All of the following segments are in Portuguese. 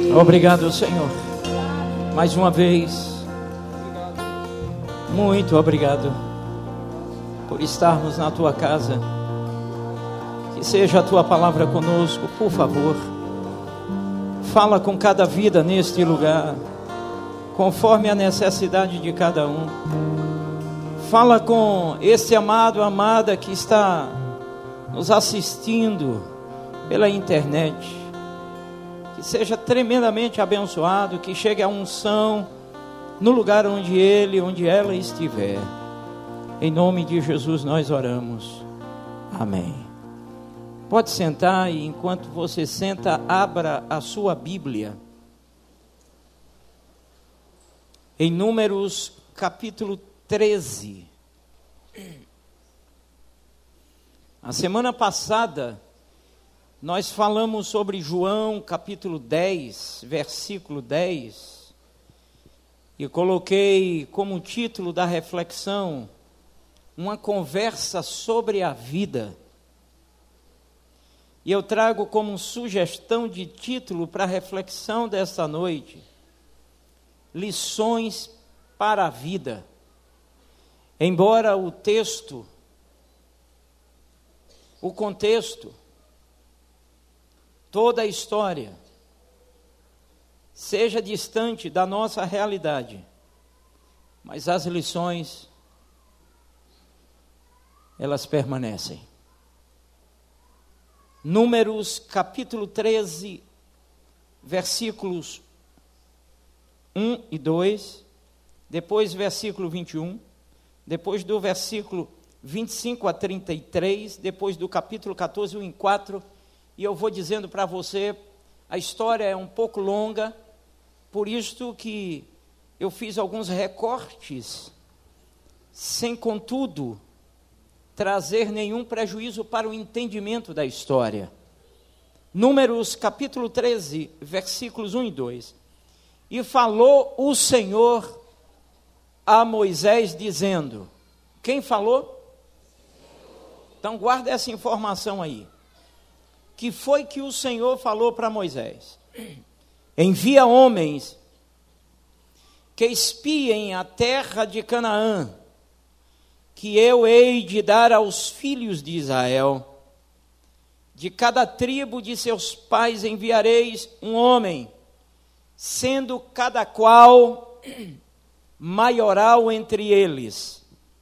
Obrigado, Senhor. Mais uma vez, muito obrigado por estarmos na tua casa. Que seja a tua palavra conosco, por favor. Fala com cada vida neste lugar, conforme a necessidade de cada um. Fala com esse amado, amada que está nos assistindo pela internet. Que seja tremendamente abençoado, que chegue a unção no lugar onde ele, onde ela estiver. Em nome de Jesus nós oramos. Amém. Pode sentar e enquanto você senta, abra a sua Bíblia. Em Números capítulo 13. A semana passada nós falamos sobre João capítulo 10, versículo 10. E coloquei como título da reflexão, uma conversa sobre a vida. E eu trago como sugestão de título para a reflexão desta noite, lições para a vida. Embora o texto, o contexto, toda a história seja distante da nossa realidade, mas as lições, elas permanecem. Números capítulo 13, versículos 1 e 2, depois versículo 21, depois do versículo 25 a 33, depois do capítulo 14, 1 e 4, e eu vou dizendo para você, a história é um pouco longa, por isto que eu fiz alguns recortes, sem contudo trazer nenhum prejuízo para o entendimento da história. Números capítulo 13, versículos 1 e 2. E falou o Senhor a Moisés dizendo, quem falou? Então guarda essa informação aí. Que foi que o Senhor falou para Moisés? Envia homens que espiem a terra de Canaã, que eu hei de dar aos filhos de Israel. De cada tribo de seus pais enviareis um homem, sendo cada qual maioral entre eles.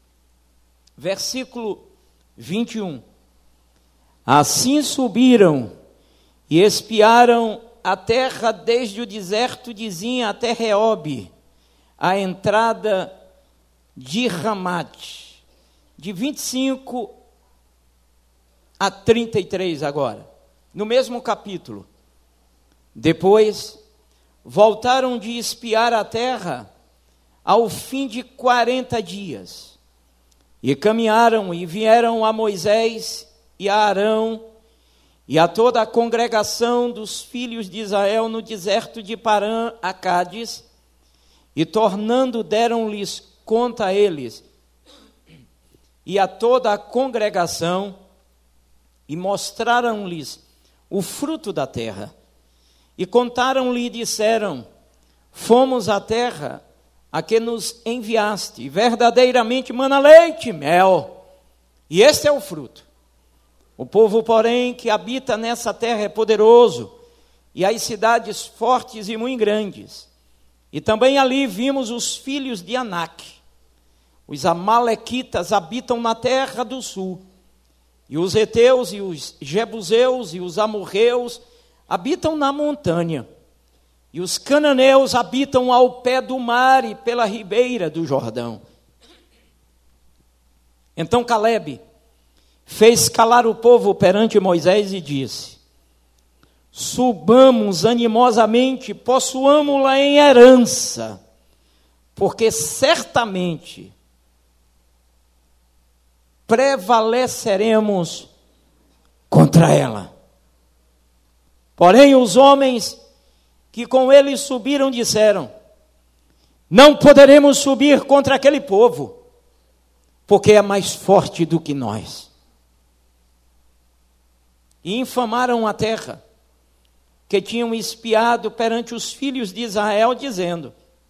Versículo 21. Assim subiram e espiaram a terra desde o deserto de Zim até Reobe, a entrada de Ramate. De 25 a 33 agora, no mesmo capítulo. Depois, voltaram de espiar a terra ao fim de 40 dias. E caminharam e vieram a Moisés e a Arão e a toda a congregação dos filhos de Israel no deserto de Parã a Cádiz, e tornando deram-lhes conta a eles e a toda a congregação, e mostraram-lhes o fruto da terra. E contaram-lhe e disseram, fomos à terra a que nos enviaste, verdadeiramente mana leite e mel, e este é o fruto. O povo, porém, que habita nessa terra é poderoso, e as cidades fortes e muito grandes. E também ali vimos os filhos de Anak. Os amalequitas habitam na terra do sul, e os heteus e os jebuseus e os amorreus habitam na montanha, e os cananeus habitam ao pé do mar e pela ribeira do Jordão. Então Calebe fez calar o povo perante Moisés e disse, subamos animosamente, possuamo-la em herança, porque certamente prevaleceremos contra ela. Porém os homens que com ele subiram disseram, não poderemos subir contra aquele povo, porque é mais forte do que nós. E infamaram a terra, que tinham espiado perante os filhos de Israel, dizendo: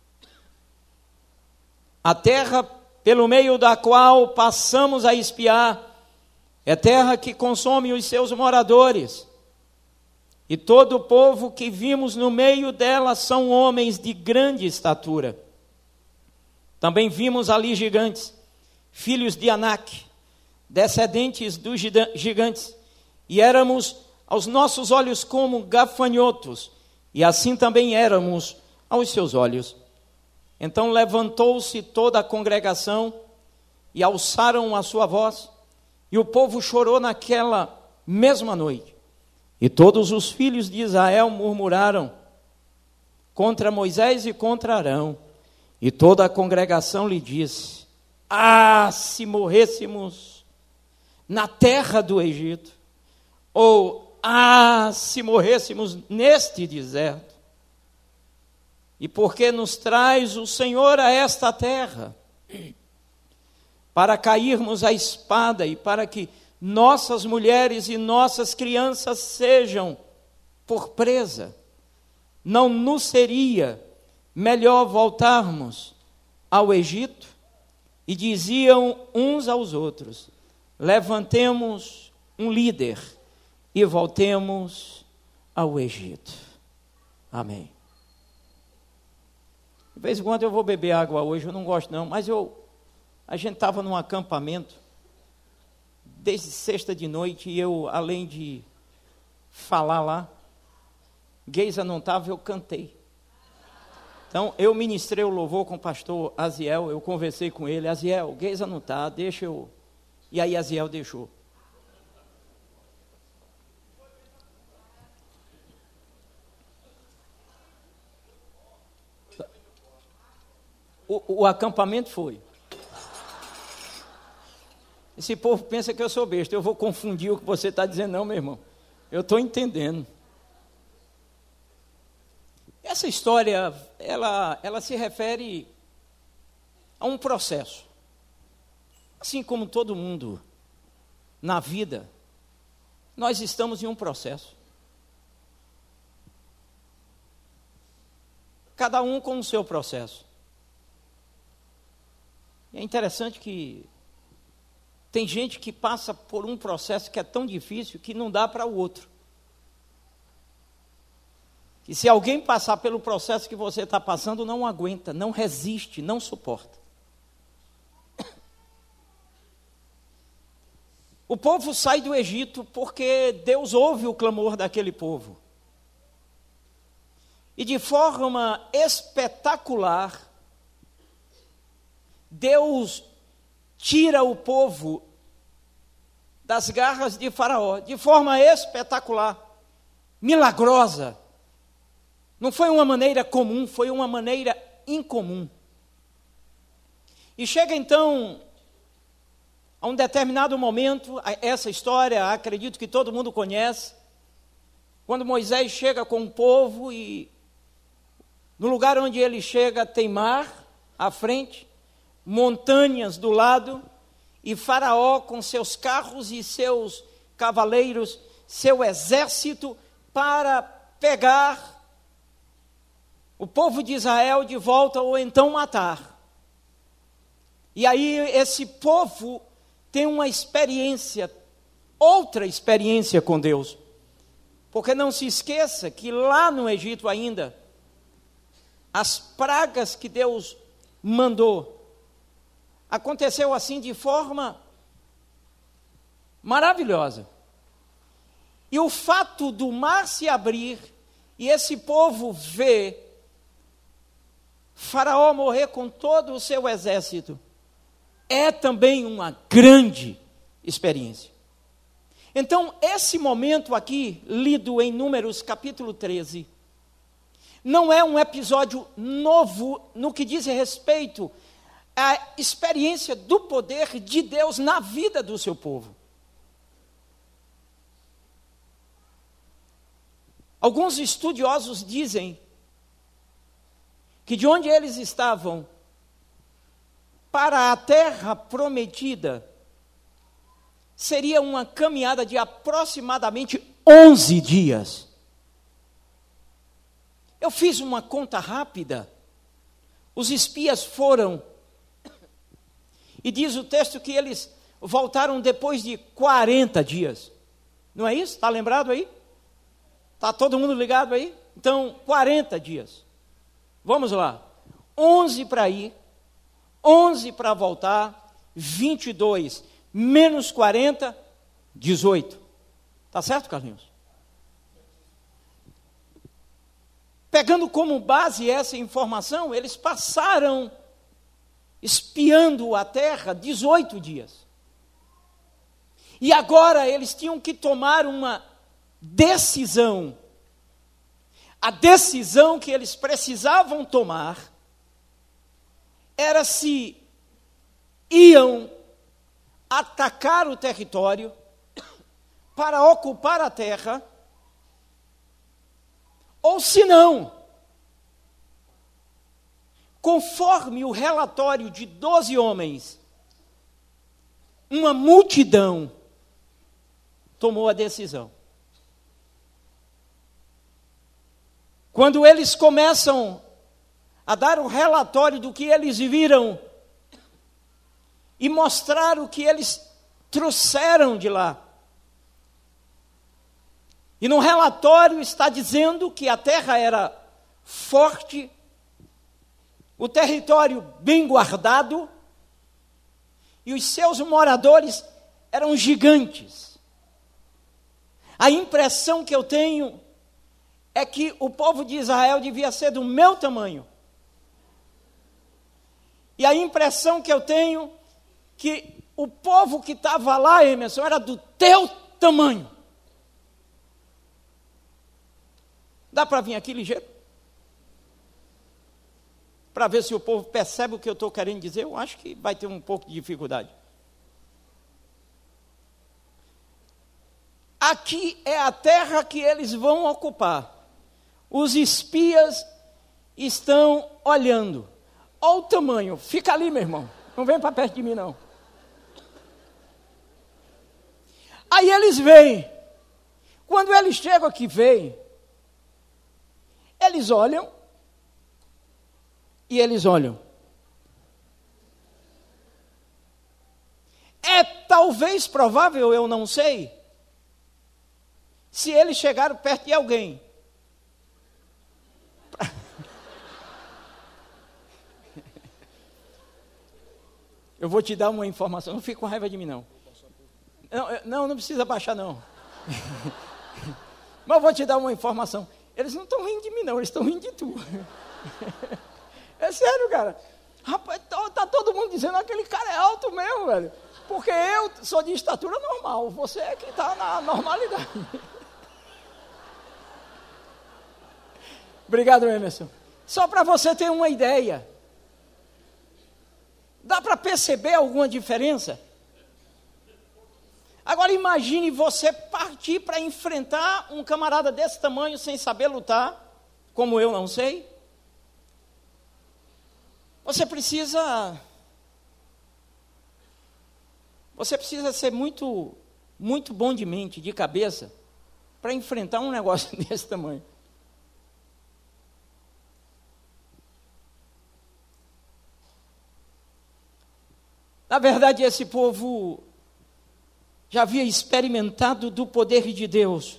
a terra pelo meio da qual passamos a espiar é terra que consome os seus moradores, e todo o povo que vimos no meio dela são homens de grande estatura. Também vimos ali gigantes, filhos de Anak, descendentes dos gigantes, e éramos aos nossos olhos como gafanhotos, e assim também éramos aos seus olhos. Então levantou-se toda a congregação e alçaram a sua voz, e o povo chorou naquela mesma noite. E todos os filhos de Israel murmuraram contra Moisés e contra Arão. E toda a congregação lhe disse: ah, se morrêssemos na terra do Egito, ou ah, se morrêssemos neste deserto. E por que nos traz o Senhor a esta terra? Para cairmos à espada e para que nossas mulheres e nossas crianças sejam por presa. Não nos seria melhor voltarmos ao Egito? E diziam uns aos outros: levantemos um líder e voltemos ao Egito. Amém. De vez em quando eu vou beber água hoje, eu não gosto não, mas a gente estava num acampamento, desde sexta de noite, e eu, além de falar lá, Geisa não estava, eu cantei. Então, eu ministrei o louvor com o pastor Aziel, eu conversei com ele: Aziel, Geisa não está, deixa eu... E aí Aziel deixou. O acampamento foi. Esse povo pensa que eu sou besta, eu vou confundir o que você está dizendo. Não, meu irmão, eu estou entendendo. Essa história, ela se refere a um processo. Assim como todo mundo na vida, nós estamos em um processo. Cada um com o seu processo. É interessante que tem gente que passa por um processo que é tão difícil que não dá para o outro. E se alguém passar pelo processo que você está passando, não aguenta, não resiste, não suporta. O povo sai do Egito porque Deus ouve o clamor daquele povo. E de forma espetacular, Deus tira o povo das garras de Faraó, de forma espetacular, milagrosa. Não foi uma maneira comum, foi uma maneira incomum. E chega então a um determinado momento, essa história acredito que todo mundo conhece, quando Moisés chega com o povo e no lugar onde ele chega tem mar à frente, montanhas do lado, e Faraó com seus carros e seus cavaleiros, seu exército, para pegar o povo de Israel de volta ou então matar. E aí esse povo tem uma experiência, outra experiência com Deus. Porque não se esqueça que lá no Egito ainda, as pragas que Deus mandou, aconteceu assim de forma maravilhosa. E o fato do mar se abrir e esse povo ver Faraó morrer com todo o seu exército é também uma grande experiência. Então, esse momento aqui, lido em Números capítulo 13, não é um episódio novo no que diz respeito à experiência do poder de Deus na vida do seu povo. Alguns estudiosos dizem que de onde eles estavam para a terra prometida seria uma caminhada de aproximadamente 11 dias. Eu fiz uma conta rápida. Os espias foram, e diz o texto que eles voltaram depois de 40 dias. Não é isso? Está lembrado aí? Está todo mundo ligado aí? Então, 40 dias. Vamos lá. 11 para ir, 11 para voltar, 22 menos 40, 18. Está certo, Carlinhos? Pegando como base essa informação, eles passaram espiando a terra 18 dias. E agora eles tinham que tomar uma decisão. A decisão que eles precisavam tomar era se iam atacar o território para ocupar a terra, ou se não, conforme o relatório de 12 homens, uma multidão tomou a decisão. Quando eles começam a dar o relatório do que eles viram e mostrar o que eles trouxeram de lá, e no relatório está dizendo que a terra era forte, o território bem guardado, e os seus moradores eram gigantes. A impressão que eu tenho é que o povo de Israel devia ser do meu tamanho. E a impressão que eu tenho que o povo que estava lá, Emerson, era do teu tamanho. Dá para vir aqui ligeiro? Para ver se o povo percebe o que eu estou querendo dizer. Eu acho que vai ter um pouco de dificuldade. Aqui é a terra que eles vão ocupar. Os espias estão olhando. Olha o tamanho. Fica ali, meu irmão. Não vem para perto de mim, não. Aí eles veem. Quando eles chegam aqui, veem. Eles olham. E eles olham. É talvez provável, eu não sei, se eles chegaram perto de alguém. Eu vou te dar uma informação, não fique com raiva de mim, não. Não precisa baixar, não. Mas eu vou te dar uma informação. Eles não estão rindo de mim, não, eles estão rindo de tu. É sério, cara. Rapaz, tá todo mundo dizendo que aquele cara é alto mesmo, velho. Porque eu sou de estatura normal, você é que está na normalidade. Obrigado, Emerson. Só para você ter uma ideia. Dá para perceber alguma diferença? Agora imagine você partir para enfrentar um camarada desse tamanho sem saber lutar, como eu não sei. Você precisa ser muito, muito bom de mente, de cabeça, para enfrentar um negócio desse tamanho. Na verdade, esse povo já havia experimentado do poder de Deus.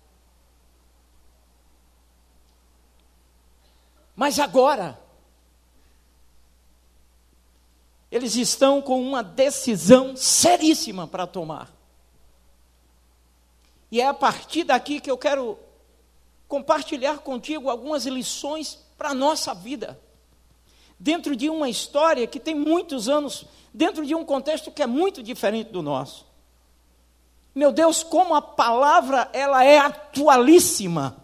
Mas agora, eles estão com uma decisão seríssima para tomar. E é a partir daqui que eu quero compartilhar contigo algumas lições para a nossa vida. Dentro de uma história que tem muitos anos, dentro de um contexto que é muito diferente do nosso. Meu Deus, como a palavra ela é atualíssima.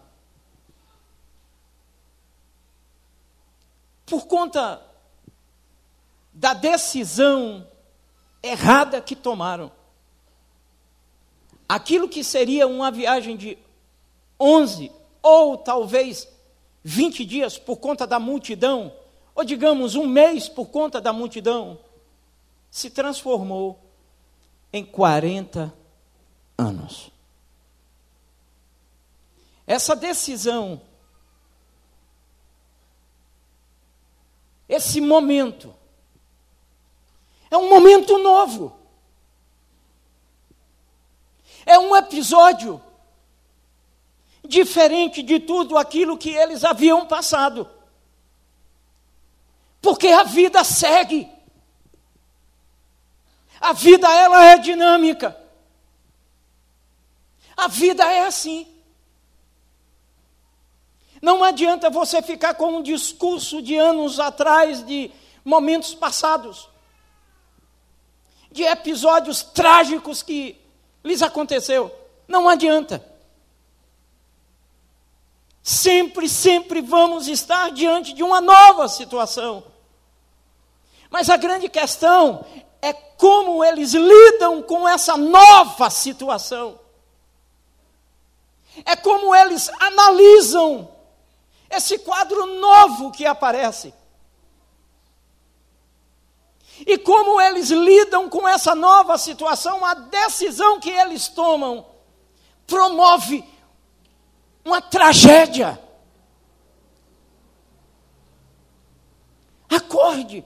Por conta da decisão errada que tomaram. Aquilo que seria uma viagem de 11 ou talvez 20 dias por conta da multidão, ou digamos um mês por conta da multidão, se transformou em 40 anos. Essa decisão esse momento é um momento novo. É um episódio diferente de tudo aquilo que eles haviam passado. Porque a vida segue. A vida, ela é dinâmica. A vida é assim. Não adianta você ficar com um discurso de anos atrás, de momentos passados, de episódios trágicos que lhes aconteceu. Não adianta. Sempre vamos estar diante de uma nova situação. Mas a grande questão é como eles lidam com essa nova situação. É como eles analisam esse quadro novo que aparece. E como eles lidam com essa nova situação, a decisão que eles tomam promove uma tragédia. Acorde.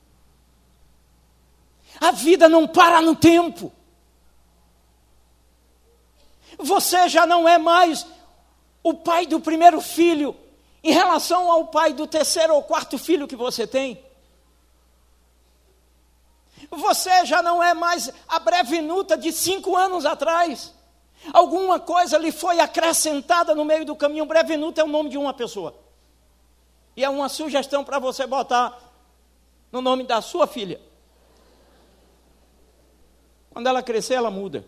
A vida não para no tempo. Você já não é mais o pai do primeiro filho em relação ao pai do terceiro ou quarto filho que você tem. Você já não é mais a brevinuta de 5 anos atrás. Alguma coisa lhe foi acrescentada no meio do caminho. Brevinuta é o nome de uma pessoa. E é uma sugestão para você botar no nome da sua filha. Quando ela crescer, ela muda.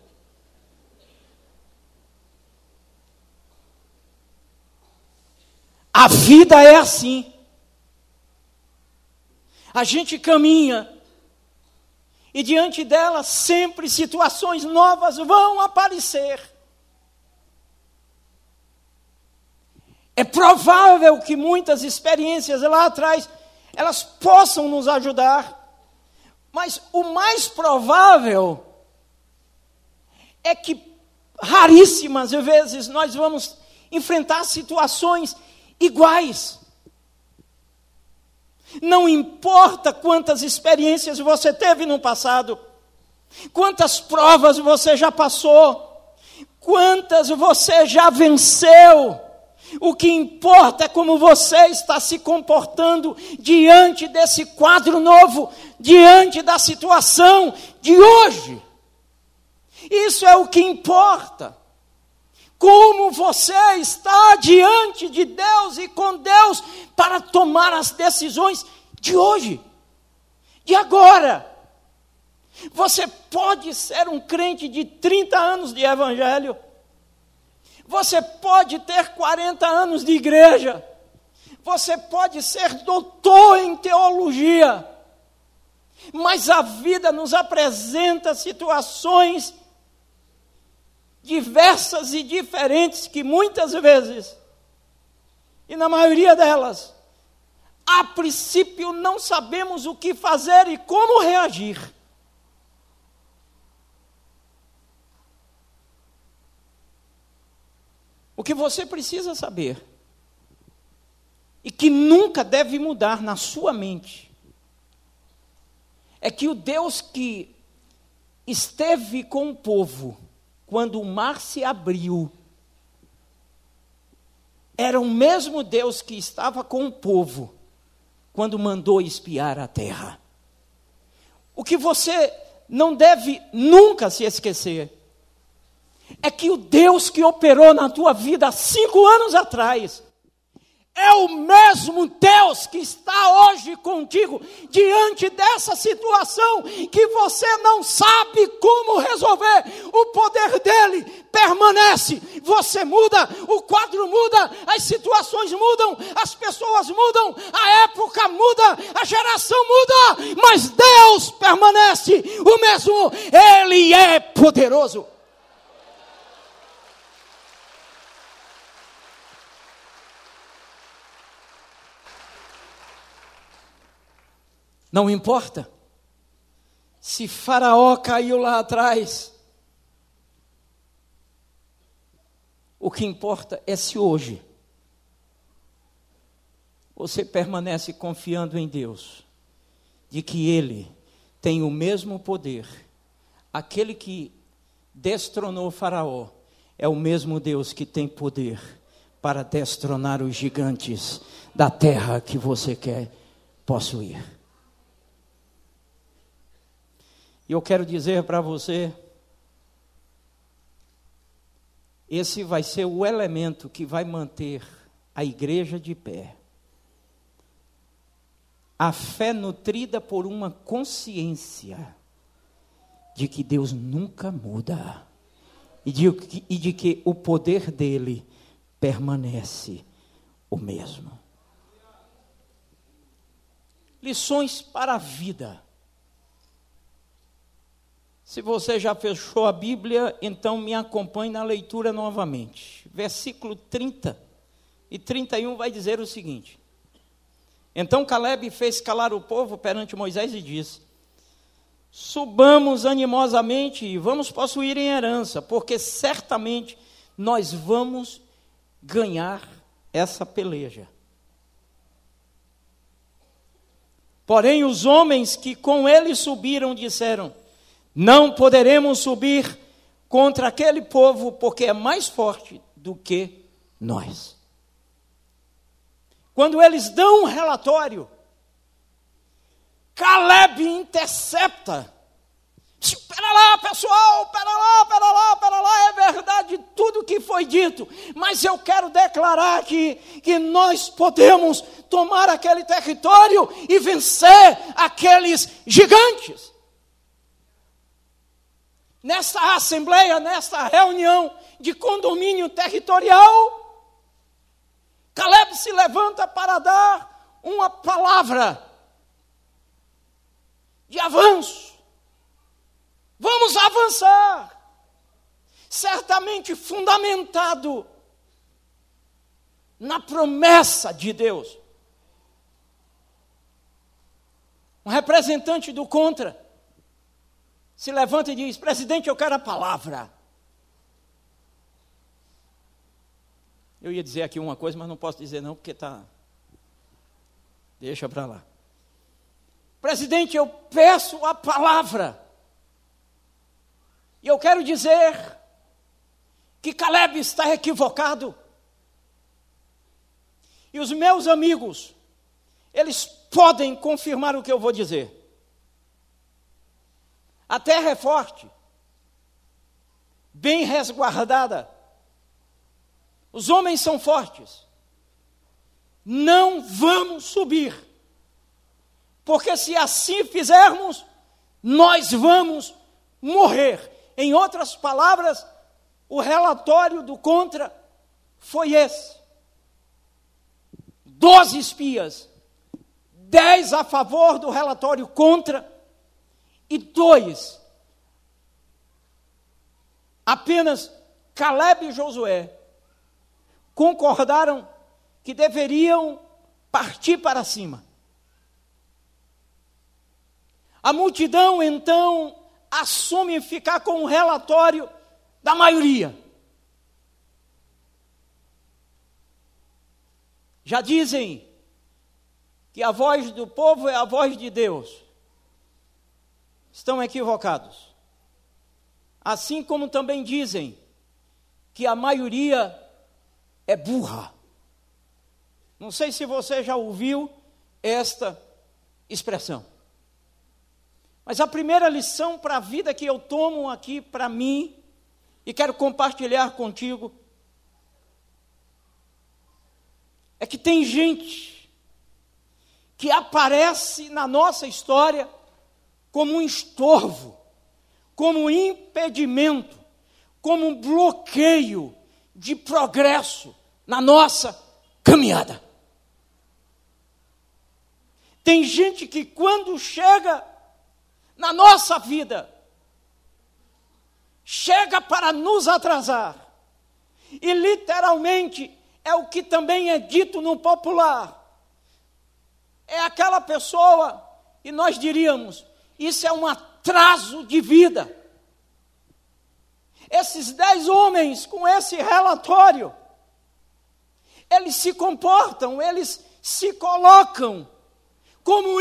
A vida é assim. A gente caminha e diante dela sempre situações novas vão aparecer. É provável que muitas experiências lá atrás elas possam nos ajudar, mas o mais provável é que raríssimas vezes nós vamos enfrentar situações iguais. Não importa quantas experiências você teve no passado, quantas provas você já passou, quantas você já venceu, o que importa é como você está se comportando diante desse quadro novo, diante da situação de hoje. Isso é o que importa. Como você está diante de Deus e com Deus para tomar as decisões de hoje, de agora. Você pode ser um crente de 30 anos de evangelho. Você pode ter 40 anos de igreja. Você pode ser doutor em teologia. Mas a vida nos apresenta situações diversas e diferentes que muitas vezes, e na maioria delas, a princípio não sabemos o que fazer e como reagir. O que você precisa saber, e que nunca deve mudar na sua mente, é que o Deus que esteve com o povo quando o mar se abriu, era o mesmo Deus que estava com o povo quando mandou espiar a terra. O que você não deve nunca se esquecer é que o Deus que operou na tua vida há 5 anos atrás é o mesmo Deus que está hoje contigo diante dessa situação que você não sabe como resolver. O poder dele permanece. Você muda, o quadro muda, as situações mudam, as pessoas mudam, a época muda, a geração muda, mas Deus permanece o mesmo. Ele é poderoso. Não importa se Faraó caiu lá atrás. O que importa é se hoje você permanece confiando em Deus, de que Ele tem o mesmo poder. Aquele que destronou Faraó é o mesmo Deus que tem poder para destronar os gigantes da terra que você quer possuir. E eu quero dizer para você, esse vai ser o elemento que vai manter a igreja de pé. A fé nutrida por uma consciência de que Deus nunca muda e de que o poder dele permanece o mesmo. Lições para a vida. Se você já fechou a Bíblia, então me acompanhe na leitura novamente. Versículo 30 e 31 vai dizer o seguinte: então Caleb fez calar o povo perante Moisés e disse: subamos animosamente e vamos possuir em herança, porque certamente nós vamos ganhar essa peleja. Porém os homens que com ele subiram disseram: não poderemos subir contra aquele povo, porque é mais forte do que nós. Quando eles dão um relatório, Caleb intercepta. Espera lá, pessoal, espera lá, é verdade tudo que foi dito, mas eu quero declarar aqui que nós podemos tomar aquele território e vencer aqueles gigantes. Nessa assembleia, nessa reunião de condomínio territorial, Caleb se levanta para dar uma palavra de avanço. Vamos avançar, certamente fundamentado na promessa de Deus. Um representante do contra se levanta e diz: presidente, eu quero a palavra. Eu ia dizer aqui uma coisa, mas não posso dizer não, porque está... Deixa para lá. Presidente, eu peço a palavra. E eu quero dizer que Caleb está equivocado. E os meus amigos, eles podem confirmar o que eu vou dizer. A terra é forte, bem resguardada. Os homens são fortes. Não vamos subir, porque se assim fizermos, nós vamos morrer. Em outras palavras, o relatório do contra foi esse: 12 espias, 10 a favor do relatório contra, e 2, apenas Caleb e Josué, concordaram que deveriam partir para cima. A multidão, então, assume ficar com o relatório da maioria. Já dizem que a voz do povo é a voz de Deus. Estão equivocados. Assim como também dizem que a maioria é burra. Não sei se você já ouviu esta expressão. Mas a primeira lição para a vida que eu tomo aqui para mim, e quero compartilhar contigo, é que tem gente que aparece na nossa história como um estorvo, como um impedimento, como um bloqueio de progresso na nossa caminhada. Tem gente que quando chega na nossa vida, chega para nos atrasar. E literalmente é o que também é dito no popular. É aquela pessoa, e nós diríamos, isso é um atraso de vida. Esses 10 homens com esse relatório, eles se comportam, eles se colocam como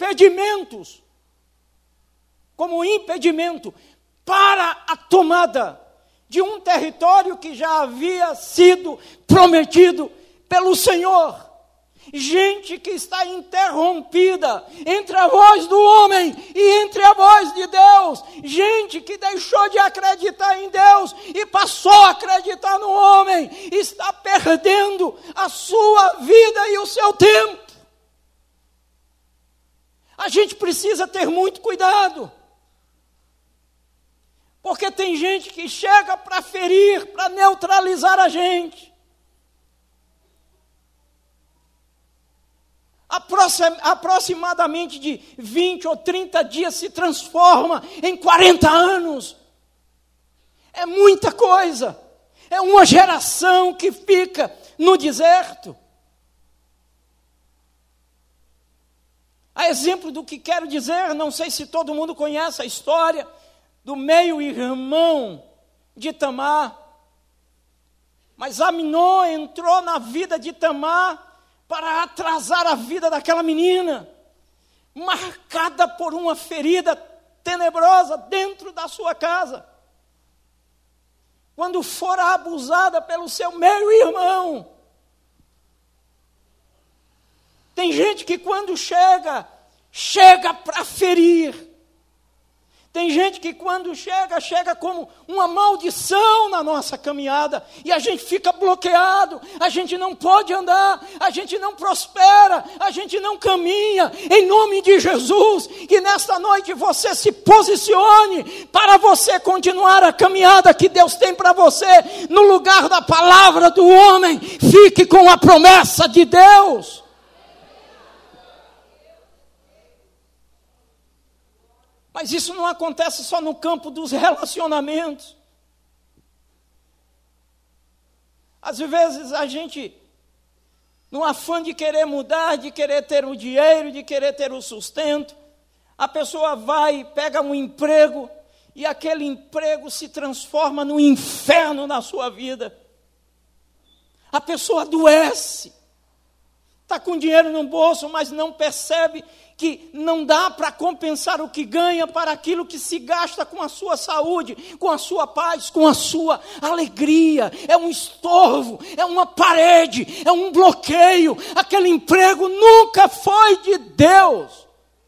impedimento para a tomada de um território que já havia sido prometido pelo Senhor. Gente que está interrompida entre a voz do homem e entre a voz de Deus. Gente que deixou de acreditar em Deus e passou a acreditar no homem. Está perdendo a sua vida e o seu tempo. A gente precisa ter muito cuidado. Porque tem gente que chega para ferir, para neutralizar a gente. Aproximadamente de 20 ou 30 dias se transforma em 40 anos. É muita coisa. É uma geração que fica no deserto. A exemplo do que quero dizer, não sei se todo mundo conhece a história do meio-irmão de Tamar. Mas Aminon entrou na vida de Tamar para atrasar a vida daquela menina, marcada por uma ferida tenebrosa dentro da sua casa. Quando fora abusada pelo seu meio-irmão. Tem gente que quando chega para ferir. Tem gente que quando chega como uma maldição na nossa caminhada, e a gente fica bloqueado, a gente não pode andar, a gente não prospera, a gente não caminha. Em nome de Jesus, que nesta noite você se posicione para você continuar a caminhada que Deus tem para você, no lugar da palavra do homem. Fique com a promessa de Deus. Mas isso não acontece só no campo dos relacionamentos. Às vezes a gente, no afã de querer mudar, de querer ter o dinheiro, de querer ter o sustento, a pessoa vai, pega um emprego, e aquele emprego se transforma num inferno na sua vida. A pessoa adoece. Está com dinheiro no bolso, mas não percebe que não dá para compensar o que ganha para aquilo que se gasta com a sua saúde, com a sua paz, com a sua alegria. É um estorvo, é uma parede, é um bloqueio. Aquele emprego nunca foi de Deus.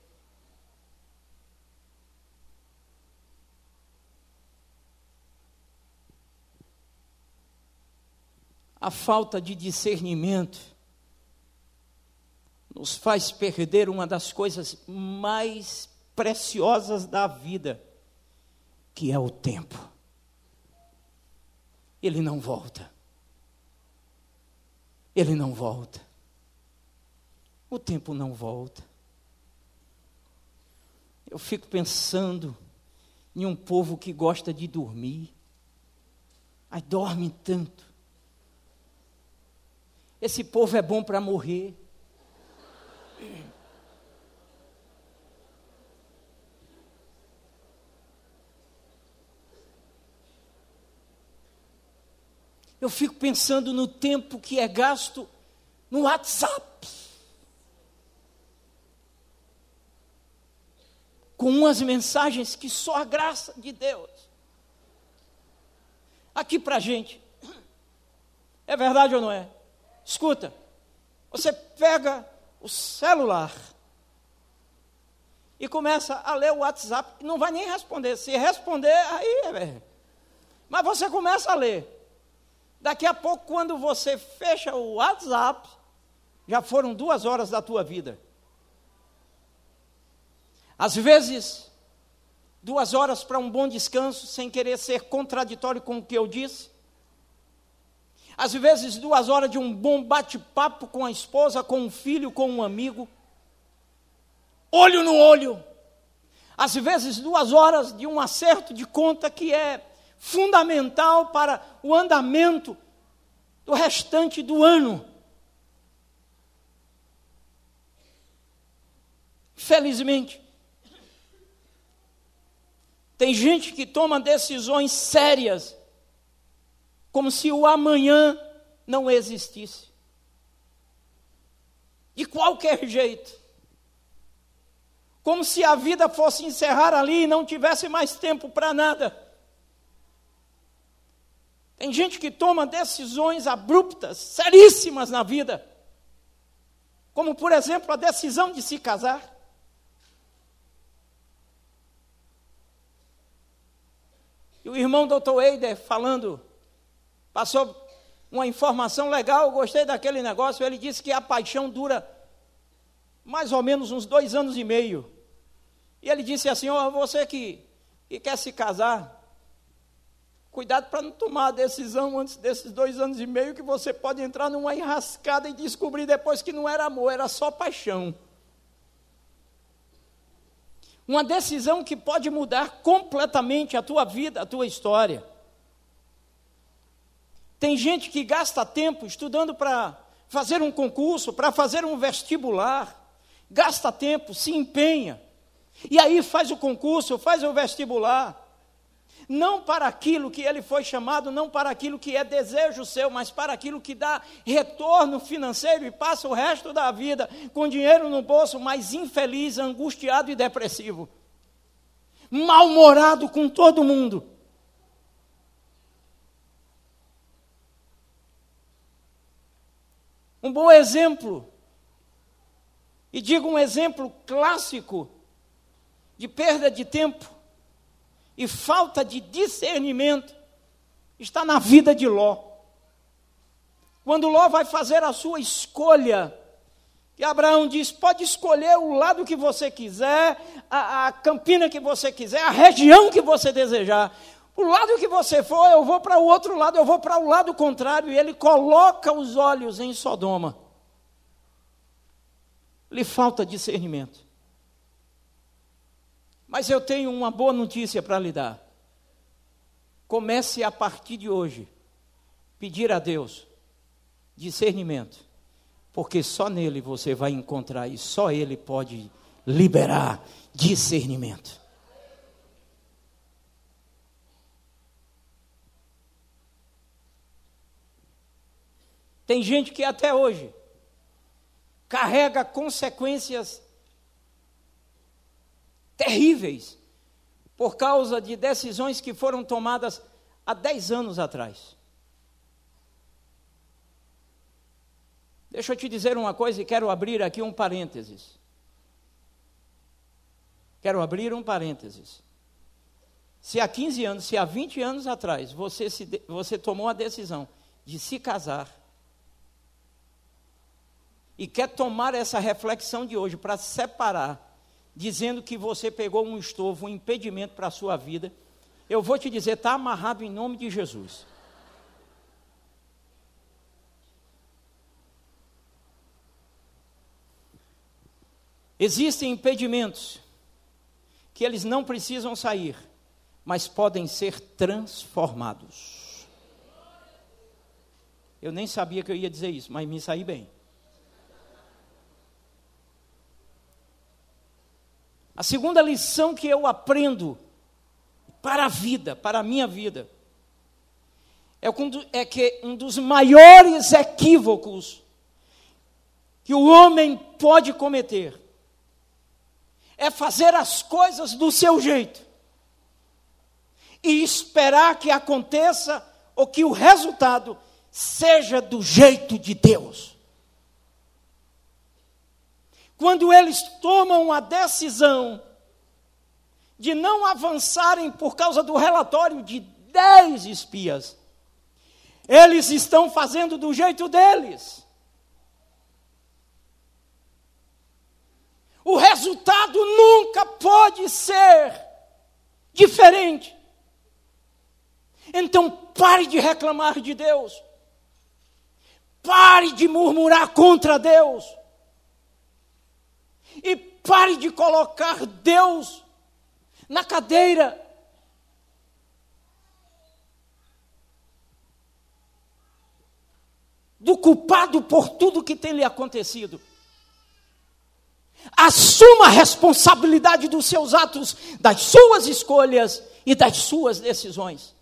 A falta de discernimento nos faz perder uma das coisas mais preciosas da vida, que é o tempo. Ele não volta. Ele não volta. O tempo não volta. Eu fico pensando em um povo que gosta de dormir. Aí dorme tanto. Esse povo é bom para morrer. Eu fico pensando no tempo que é gasto no WhatsApp, com umas mensagens que só a graça de Deus. Aqui para a gente, é verdade ou não é? Escuta, você pega o celular e começa a ler o WhatsApp, não vai nem responder. Se responder, aí mas você começa a ler. Daqui a pouco, quando você fecha o WhatsApp, já foram 2 horas da tua vida. Às vezes, 2 horas para um bom descanso, sem querer ser contraditório com o que eu disse. Às vezes 2 horas de um bom bate-papo com a esposa, com o filho, com um amigo. Olho no olho. Às vezes 2 horas de um acerto de conta que é fundamental para o andamento do restante do ano. Felizmente, tem gente que toma decisões sérias, como se o amanhã não existisse. qualquer jeito. Como se a vida fosse encerrar ali e não tivesse mais tempo para nada. Tem gente que toma decisões abruptas, seríssimas na vida. Como, por exemplo, a decisão de se casar. E o irmão Dr. Eider falando, passou uma informação legal, eu gostei daquele negócio. Ele disse que a paixão dura mais ou menos uns 2 anos e meio. E ele disse assim, você que quer se casar, cuidado para não tomar a decisão antes desses 2 anos e meio, que você pode entrar numa enrascada e descobrir depois que não era amor, era só paixão. Uma decisão que pode mudar completamente a tua vida, a tua história. Tem gente que gasta tempo estudando para fazer um concurso, para fazer um vestibular. Gasta tempo, se empenha. E aí faz o concurso, faz o vestibular. Não para aquilo que ele foi chamado, não para aquilo que é desejo seu, mas para aquilo que dá retorno financeiro e passa o resto da vida com dinheiro no bolso, mas infeliz, angustiado e depressivo. Mal-humorado com todo mundo. Um bom exemplo, e digo um exemplo clássico de perda de tempo e falta de discernimento, está na vida de Ló. Quando Ló vai fazer a sua escolha, e Abraão diz, pode escolher o lado que você quiser, a campina que você quiser, a região que você desejar. O lado que você for, eu vou para o outro lado, eu vou para o lado contrário. E ele coloca os olhos em Sodoma. Lhe falta discernimento. Mas eu tenho uma boa notícia para lhe dar. Comece a partir de hoje, pedir a Deus discernimento, porque só nele você vai encontrar e só ele pode liberar discernimento. Tem gente que até hoje carrega consequências terríveis por causa de decisões que foram tomadas há 10 anos atrás. Deixa eu te dizer uma coisa e quero abrir aqui um parênteses. Se há 15 anos, se há 20 anos atrás, você tomou a decisão de se casar e quer tomar essa reflexão de hoje para separar, dizendo que você pegou um estorvo, um impedimento para a sua vida, eu vou te dizer, está amarrado em nome de Jesus. Existem impedimentos que eles não precisam sair, mas podem ser transformados. Eu nem sabia que eu ia dizer isso, mas me saí bem. A segunda lição que eu aprendo para a vida, para a minha vida, é que um dos maiores equívocos que o homem pode cometer é fazer as coisas do seu jeito e esperar que aconteça ou que o resultado seja do jeito de Deus. Quando eles tomam a decisão de não avançarem por causa do relatório de 10 espias, eles estão fazendo do jeito deles. O resultado nunca pode ser diferente. Então pare de reclamar de Deus. Pare de murmurar contra Deus. E pare de colocar Deus na cadeira do culpado por tudo que tem lhe acontecido. Assuma a responsabilidade dos seus atos, das suas escolhas e das suas decisões.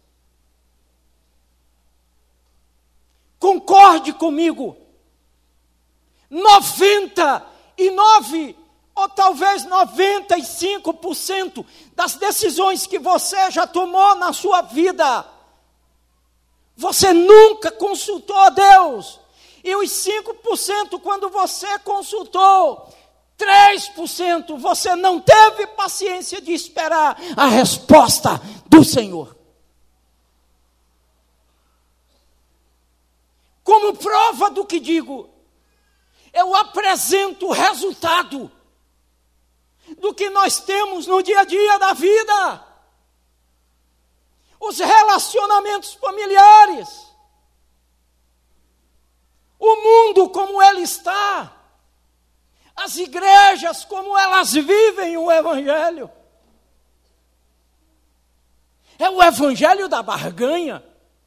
Concorde comigo. 99% 99% ou talvez 95% das decisões que você já tomou na sua vida, você nunca consultou a Deus. E os 5%, quando você consultou, 3% você não teve paciência de esperar a resposta do Senhor. Como prova do que digo, eu apresento o resultado do que nós temos no dia a dia da vida. Os relacionamentos familiares. O mundo como ele está. As igrejas como elas vivem o Evangelho. É o Evangelho da barganha.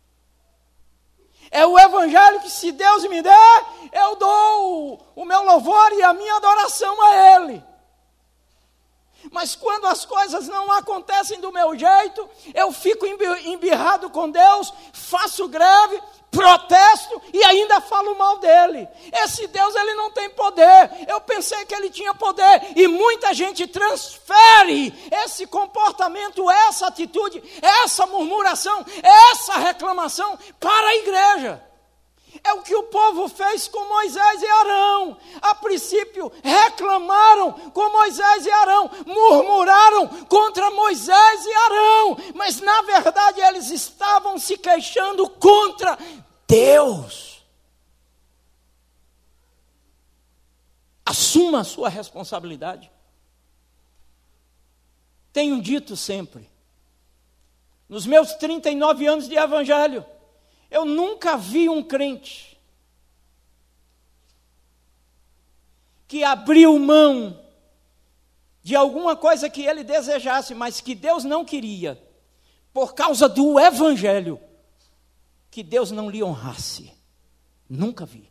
É o Evangelho que, se Deus me der, eu dou o meu louvor e a minha adoração a Ele. Mas quando as coisas não acontecem do meu jeito, eu fico embirrado com Deus, faço greve, protesto e ainda falo mal dele. Esse Deus, ele não tem poder. Eu pensei que ele tinha poder. E muita gente transfere esse comportamento, essa atitude, essa murmuração, essa reclamação para a igreja. É o que o povo fez com Moisés e Arão. A princípio reclamaram com Moisés e Arão, murmuraram contra Moisés e Arão, mas na verdade eles estavam se queixando contra Deus. Assuma a sua responsabilidade. Tenho dito sempre, nos meus 39 anos de evangelho, eu nunca vi um crente que abriu mão de alguma coisa que ele desejasse, mas que Deus não queria, por causa do Evangelho, que Deus não lhe honrasse. Nunca vi.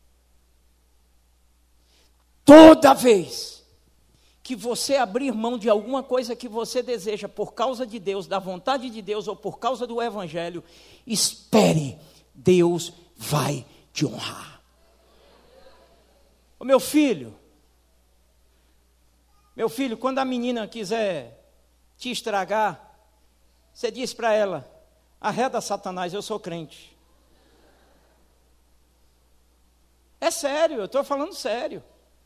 Toda vez que você abrir mão de alguma coisa que você deseja por causa de Deus, da vontade de Deus ou por causa do Evangelho, espere, Deus vai te honrar. Ô meu filho, quando a menina quiser te estragar, você diz para ela: arreda Satanás, eu sou crente. É sério, eu estou falando sério.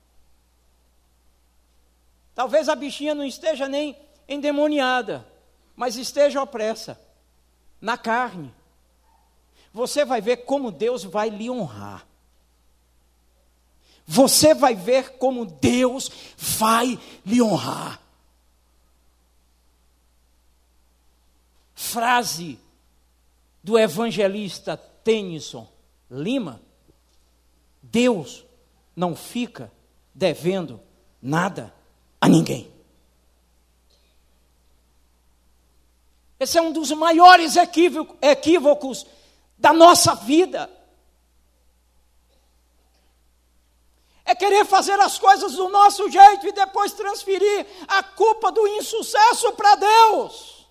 Talvez a bichinha não esteja nem endemoniada, mas esteja opressa, na carne. Você vai ver como Deus vai lhe honrar. Você vai ver como Deus vai lhe honrar. Frase do evangelista Tennyson Lima: Deus não fica devendo nada a ninguém. Esse é um dos maiores equívocos da nossa vida. É querer fazer as coisas do nosso jeito e depois transferir a culpa do insucesso para Deus.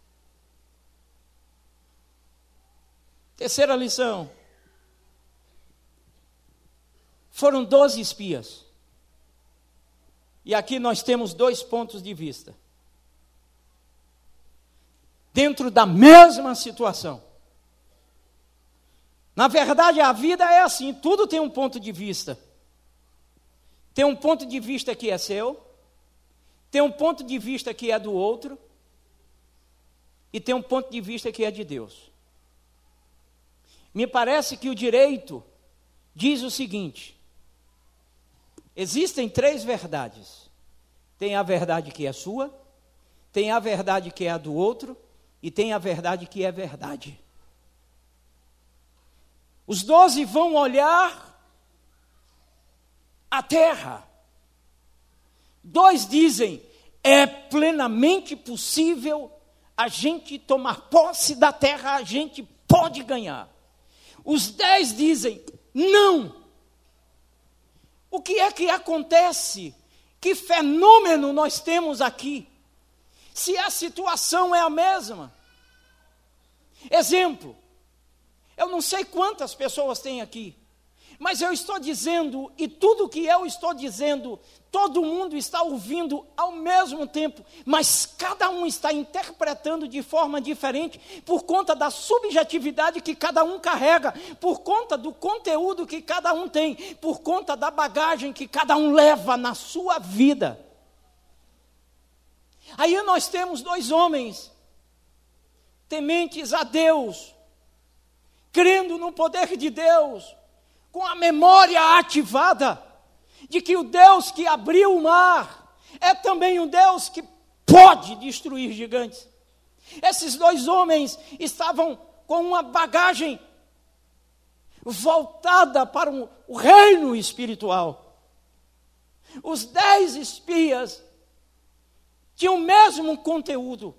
Terceira lição. Foram 12 espias. E aqui nós temos 2 pontos de vista. Dentro da mesma situação. Na verdade, a vida é assim, tudo tem um ponto de vista. Tem um ponto de vista que é seu, tem um ponto de vista que é do outro, e tem um ponto de vista que é de Deus. Me parece que o direito diz o seguinte: existem 3 verdades. Tem a verdade que é sua, tem a verdade que é a do outro, e tem a verdade que é verdade. Os 12 vão olhar a terra. 2 dizem: é plenamente possível a gente tomar posse da terra, a gente pode ganhar. Os 10 dizem: não. O que é que acontece? Que fenômeno nós temos aqui? Se a situação é a mesma. Exemplo, eu não sei quantas pessoas tem aqui, Mas eu estou dizendo, e tudo que eu estou dizendo, todo mundo está ouvindo ao mesmo tempo, mas cada um está interpretando de forma diferente, por conta da subjetividade que cada um carrega, por conta do conteúdo que cada um tem, por conta da bagagem que cada um leva na sua vida. Aí nós temos dois homens, tementes a Deus, crendo no poder de Deus, com a memória ativada, de que o Deus que abriu o mar, é também um Deus que pode destruir gigantes. Esses dois homens estavam com uma bagagem voltada para o reino espiritual. Os 10 espias tinham o mesmo conteúdo.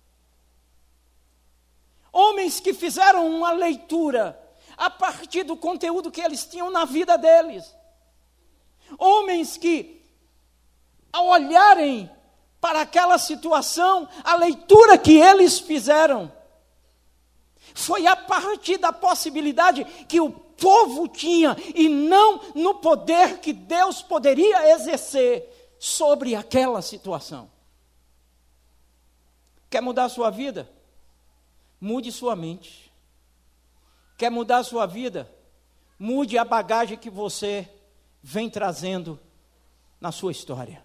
Homens que fizeram uma leitura a partir do conteúdo que eles tinham na vida deles. Homens que, ao olharem para aquela situação, a leitura que eles fizeram foi a partir da possibilidade que o povo tinha e não no poder que Deus poderia exercer sobre aquela situação. Quer mudar a sua vida? Mude sua mente. Quer mudar a sua vida? Mude a bagagem que você vem trazendo na sua história.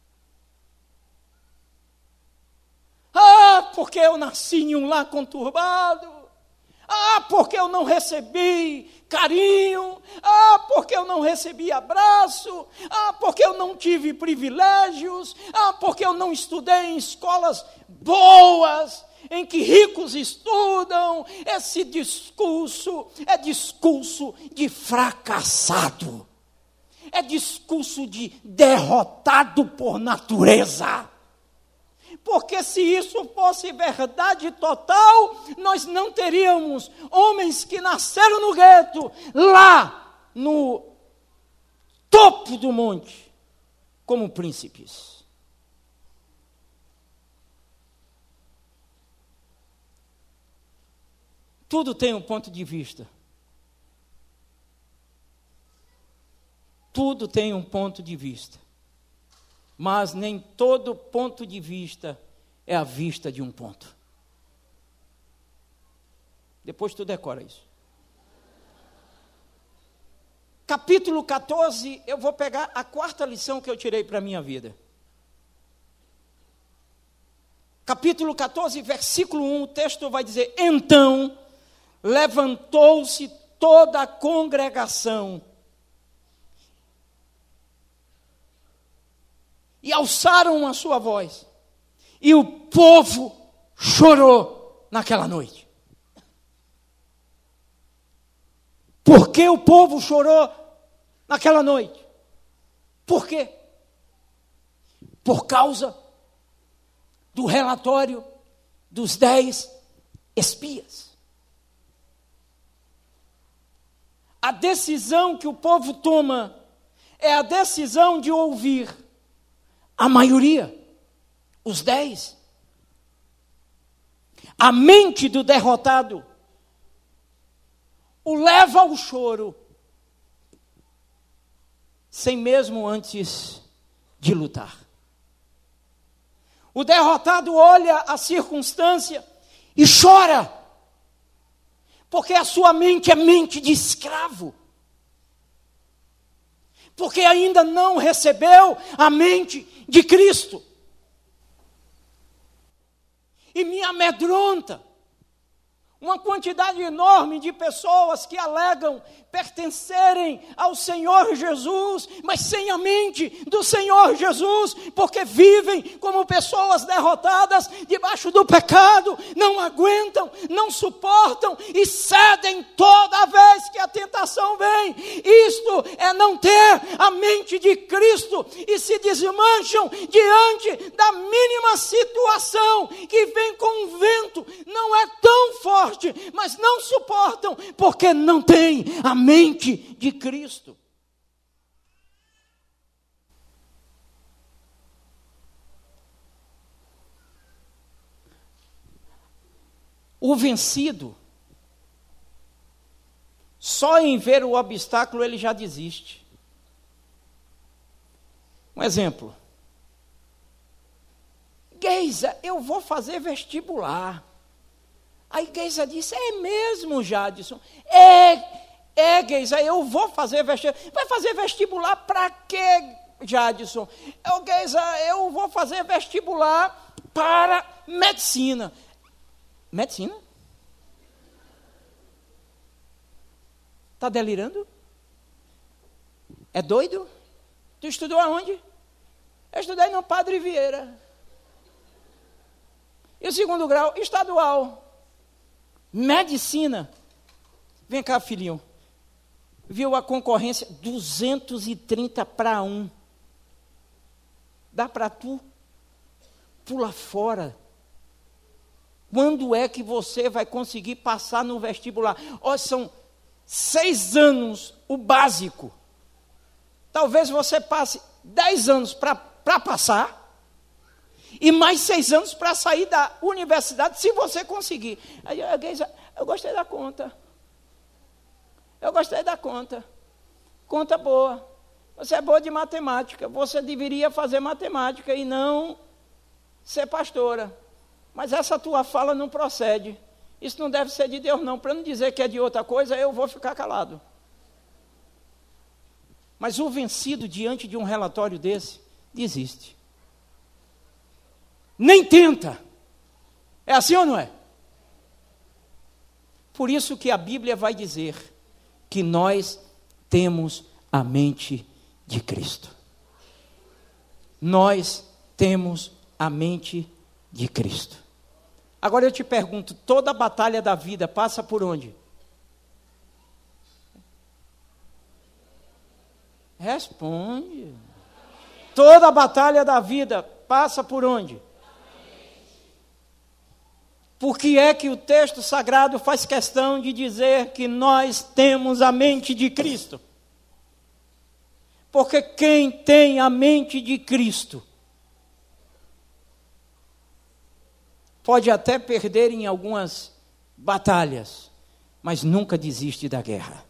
Ah, porque eu nasci em um lar conturbado. Ah, porque eu não recebi carinho. Ah, porque eu não recebi abraço. Ah, porque eu não tive privilégios. Ah, porque eu não estudei em escolas boas, em que ricos estudam. Esse discurso é discurso de fracassado. É discurso de derrotado por natureza. Porque se isso fosse verdade total, nós não teríamos homens que nasceram no gueto, lá no topo do monte, como príncipes. Tudo tem um ponto de vista. Tudo tem um ponto de vista. Mas nem todo ponto de vista é a vista de um ponto. Depois tu decora isso. Capítulo 14, eu vou pegar a 4ª lição que eu tirei para a minha vida. Capítulo 14, versículo 1, o texto vai dizer: então levantou-se toda a congregação e alçaram a sua voz, e o povo chorou naquela noite. Por que o povo chorou naquela noite? Por quê? Por causa do relatório dos 10 espias. A decisão que o povo toma é a decisão de ouvir a maioria, os 10. A mente do derrotado o leva ao choro, sem mesmo antes de lutar. O derrotado olha a circunstância e chora, porque a sua mente é mente de escravo. Porque ainda não recebeu a mente de Cristo. E me amedronta uma quantidade enorme de pessoas que alegam pertencerem ao Senhor Jesus, mas sem a mente do Senhor Jesus, porque vivem como pessoas derrotadas debaixo do pecado, não aguentam, não suportam e cedem toda vez que a tentação vem. Isto é não ter a mente de Cristo e se desmancham diante da mínima situação que vem com um vento, não é tão forte, mas não suportam, porque não tem a mente de Cristo. O vencido só em ver o obstáculo ele já desiste. Um exemplo. Geisa, eu vou fazer vestibular. Aí Geisa disse, é mesmo, Jadson? Geisa, eu vou fazer vestibular. Vai fazer vestibular para quê, Jadson? Geisa, eu vou fazer vestibular para medicina. Medicina? Está delirando? É doido? Tu estudou aonde? Eu estudei no Padre Vieira. E o segundo grau? Estadual. Medicina. Vem cá, filhinho. Viu a concorrência? 230 para 1. Dá para tu? Pula fora. Quando é que você vai conseguir passar no vestibular? São 6 anos o básico. Talvez você passe 10 anos para passar. E mais 6 anos para sair da universidade, se você conseguir. Aí, eu gostei da conta. Eu gostei da conta. Conta boa. Você é boa de matemática. Você deveria fazer matemática e não ser pastora. Mas essa tua fala não procede. Isso não deve ser de Deus, não. Para não dizer que é de outra coisa, eu vou ficar calado. Mas o vencido, diante de um relatório desse, desiste. Nem tenta. É assim ou não é? Por isso que a Bíblia vai dizer que nós temos a mente de Cristo. Nós temos a mente de Cristo. Agora eu te pergunto, toda a batalha da vida passa por onde? Responde. Toda a batalha da vida passa por onde? Por que é que o texto sagrado faz questão de dizer que nós temos a mente de Cristo? Porque quem tem a mente de Cristo pode até perder em algumas batalhas, mas nunca desiste da guerra.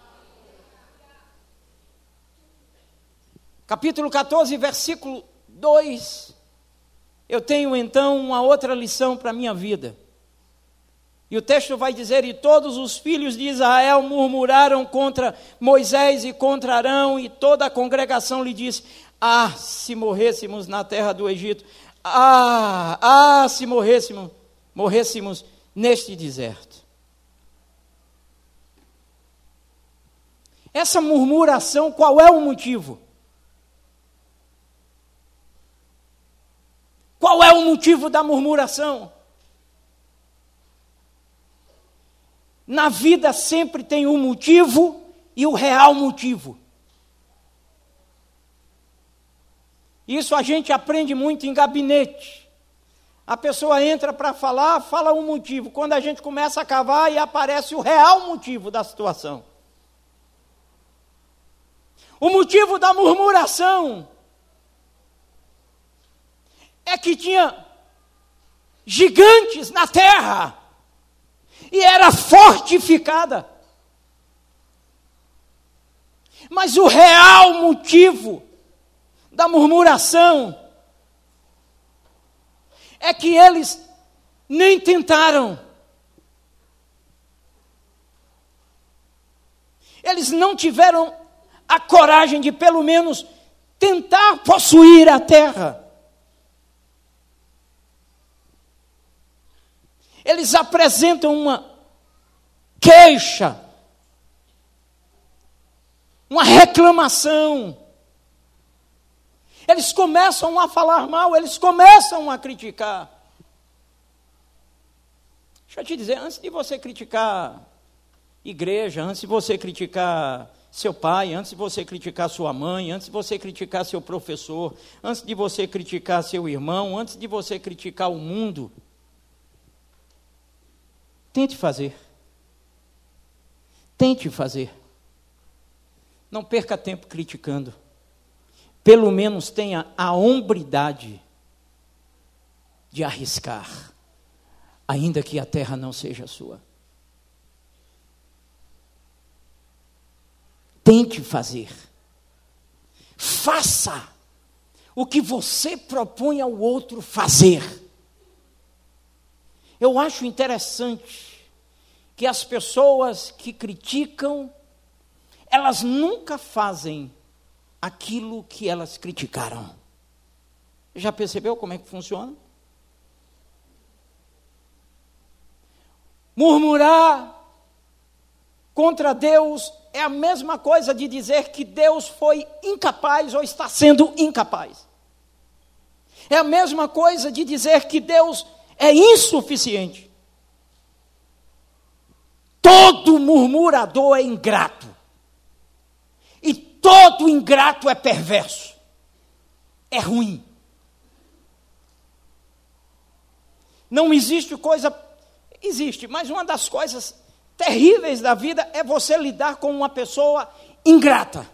Capítulo 14, versículo 2. Eu tenho então uma outra lição para a minha vida. E o texto vai dizer, e todos os filhos de Israel murmuraram contra Moisés e contra Arão, e toda a congregação lhe disse, se morrêssemos na terra do Egito, se morrêssemos neste deserto. Essa murmuração, qual é o motivo? Qual é o motivo da murmuração? Na vida sempre tem um motivo e o real motivo. Isso a gente aprende muito em gabinete. A pessoa entra para falar, fala um motivo. Quando a gente começa a cavar, e aparece o real motivo da situação. O motivo da murmuração é que tinha gigantes na terra e era fortificada. Mas o real motivo da murmuração é que eles nem tentaram. Eles não tiveram a coragem de pelo menos tentar possuir a terra. Eles apresentam uma queixa, uma reclamação. Eles começam a falar mal, eles começam a criticar. Deixa eu te dizer, antes de você criticar igreja, antes de você criticar seu pai, antes de você criticar sua mãe, antes de você criticar seu professor, antes de você criticar seu irmão, antes de você criticar o mundo, tente fazer. Tente fazer. Não perca tempo criticando. Pelo menos tenha a hombridade de arriscar, ainda que a terra não seja sua. tente fazer. Faça o que você propõe ao outro fazer. Eu acho interessante que as pessoas que criticam, elas nunca fazem aquilo que elas criticaram. Já percebeu como é que funciona? Murmurar contra Deus é a mesma coisa de dizer que Deus foi incapaz ou está sendo incapaz. É a mesma coisa de dizer que Deus é insuficiente. Todo murmurador é ingrato. E todo ingrato é perverso. É ruim. Não existe coisa... Existe, mas uma das coisas terríveis da vida é você lidar com uma pessoa ingrata.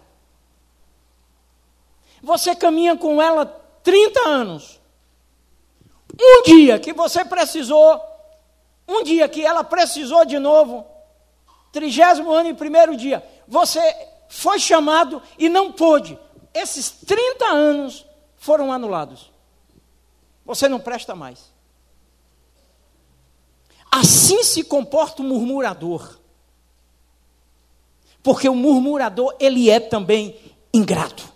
Você caminha com ela 30 anos. Um dia que você precisou, um dia que ela precisou de novo, 30º ano e 1º dia, você foi chamado e não pôde. Esses 30 anos foram anulados. Você não presta mais. Assim se comporta o murmurador. Porque o murmurador, ele é também ingrato.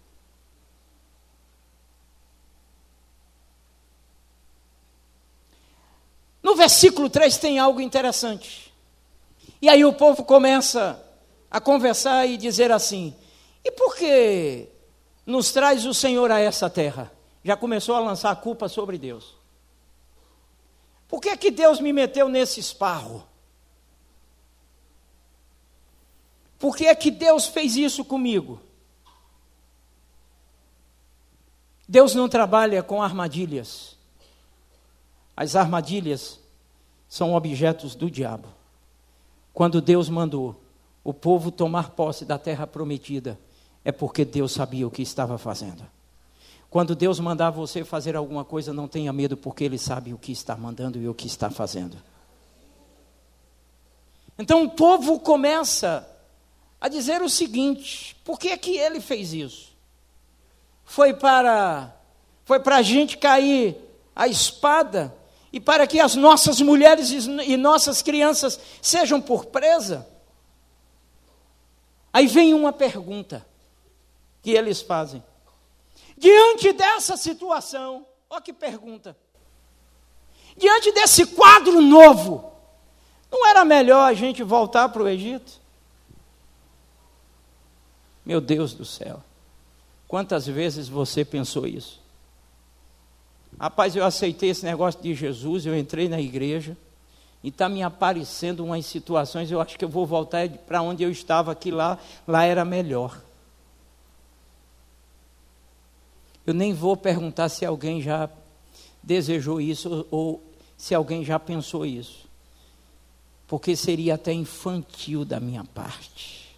No versículo 3 tem algo interessante. E aí o povo começa a conversar e dizer assim: e por que nos traz o Senhor a essa terra? Já começou a lançar a culpa sobre Deus. Por que é que Deus me meteu nesse esparro? Por que é que Deus fez isso comigo? Deus não trabalha com armadilhas. As armadilhas são objetos do diabo. Quando Deus mandou o povo tomar posse da terra prometida, é porque Deus sabia o que estava fazendo. Quando Deus mandar você fazer alguma coisa, não tenha medo, porque Ele sabe o que está mandando e o que está fazendo. Então o povo começa a dizer o seguinte: por que é que Ele fez isso? Foi para a gente cair a espada e para que as nossas mulheres e nossas crianças sejam por presa? Aí vem uma pergunta que eles fazem. Diante dessa situação, olha que pergunta. Diante desse quadro novo, não era melhor a gente voltar para o Egito? Meu Deus do céu, quantas vezes você pensou isso? Rapaz, eu aceitei esse negócio de Jesus, eu entrei na igreja, e está me aparecendo umas situações, eu acho que eu vou voltar para onde eu estava, que lá era melhor. Eu nem vou perguntar se alguém já desejou isso ou se alguém já pensou isso, porque seria até infantil da minha parte.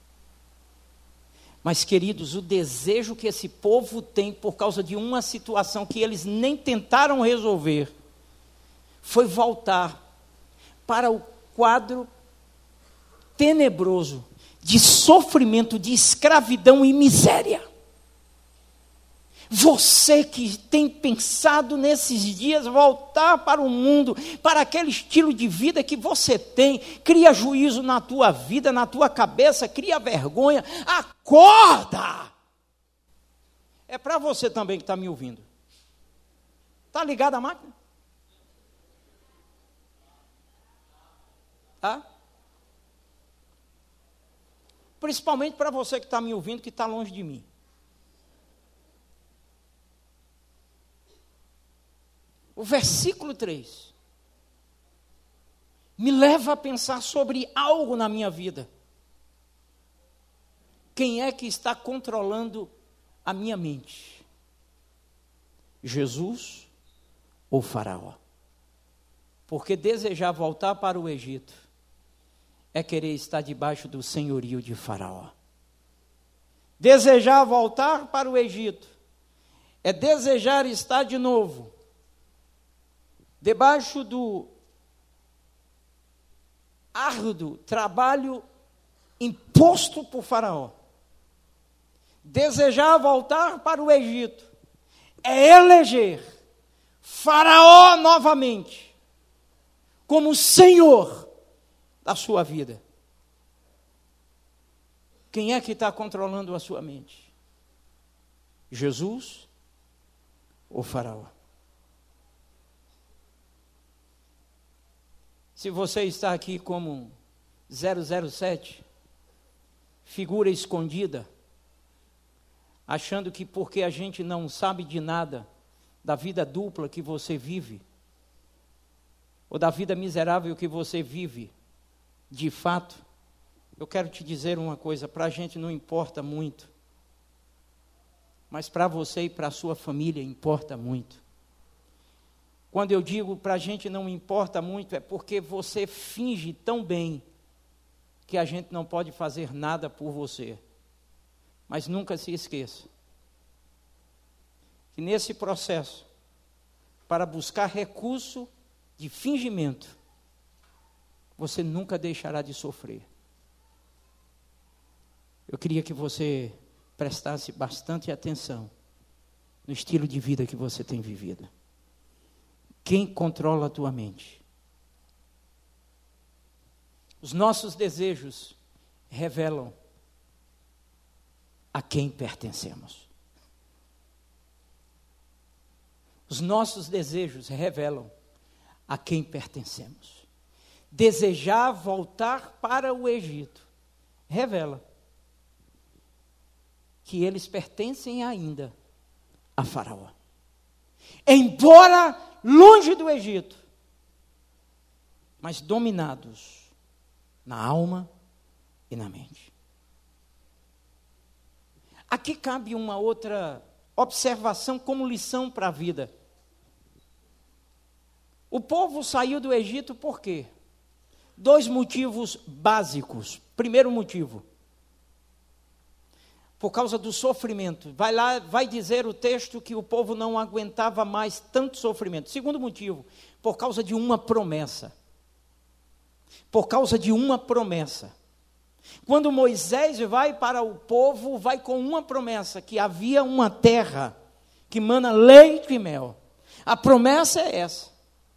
Mas, queridos, o desejo que esse povo tem por causa de uma situação que eles nem tentaram resolver, foi voltar para o quadro tenebroso de sofrimento, de escravidão e miséria. Você que tem pensado nesses dias voltar para o mundo, para aquele estilo de vida que você tem, cria juízo na tua vida, na tua cabeça, cria vergonha, acorda! É para você também que está me ouvindo. Está ligado a máquina? Tá? Principalmente para você que está me ouvindo, que está longe de mim. O versículo 3 me leva a pensar sobre algo na minha vida. Quem é que está controlando a minha mente? Jesus ou Faraó? Porque desejar voltar para o Egito é querer estar debaixo do senhorio de Faraó. Desejar voltar para o Egito é desejar estar de novo debaixo do árduo trabalho imposto por Faraó, desejar voltar para o Egito, é eleger Faraó novamente como Senhor da sua vida. Quem é que está controlando a sua mente? Jesus ou Faraó? Se você está aqui como 007, figura escondida, achando que porque a gente não sabe de nada da vida dupla que você vive, ou da vida miserável que você vive, de fato, eu quero te dizer uma coisa, para a gente não importa muito, mas para você e para a sua família importa muito. Quando eu digo para a gente não importa muito, é porque você finge tão bem que a gente não pode fazer nada por você. Mas nunca se esqueça que nesse processo, para buscar recurso de fingimento, você nunca deixará de sofrer. Eu queria que você prestasse bastante atenção no estilo de vida que você tem vivido. Quem controla a tua mente? Os nossos desejos revelam a quem pertencemos. Os nossos desejos revelam a quem pertencemos. Desejar voltar para o Egito revela que eles pertencem ainda a Faraó. Embora longe do Egito, mas dominados na alma e na mente. Aqui cabe uma outra observação como lição para a vida. O povo saiu do Egito por quê? 2 motivos básicos. Primeiro motivo, por causa do sofrimento. Vai dizer o texto que o povo não aguentava mais tanto sofrimento. Segundo motivo, por causa de uma promessa. Por causa de uma promessa. Quando Moisés vai para o povo, vai com uma promessa, que havia uma terra que mana leite e mel. A promessa é essa.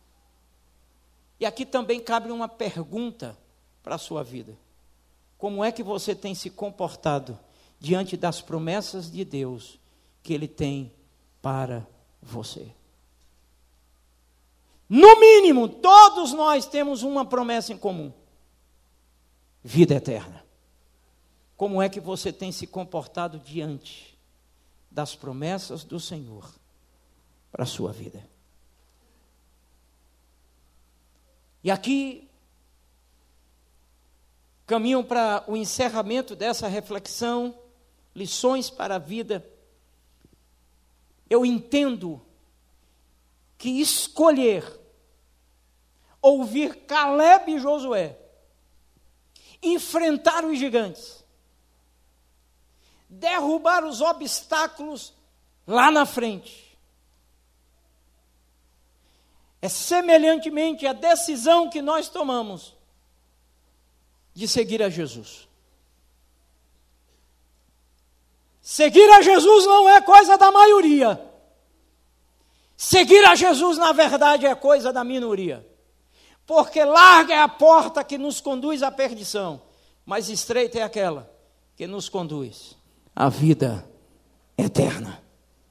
E aqui também cabe uma pergunta para a sua vida. Como é que você tem se comportado diante das promessas de Deus que Ele tem para você? No mínimo, todos nós temos uma promessa em comum: vida eterna. Como é que você tem se comportado diante das promessas do Senhor para a sua vida? E aqui, caminham para o encerramento dessa reflexão, lições para a vida. Eu entendo que escolher ouvir Caleb e Josué enfrentar os gigantes, derrubar os obstáculos lá na frente, é semelhantemente a decisão que nós tomamos de seguir a Jesus. Seguir a Jesus não é coisa da maioria. Seguir a Jesus, na verdade, é coisa da minoria. Porque larga é a porta que nos conduz à perdição, mas estreita é aquela que nos conduz à vida eterna.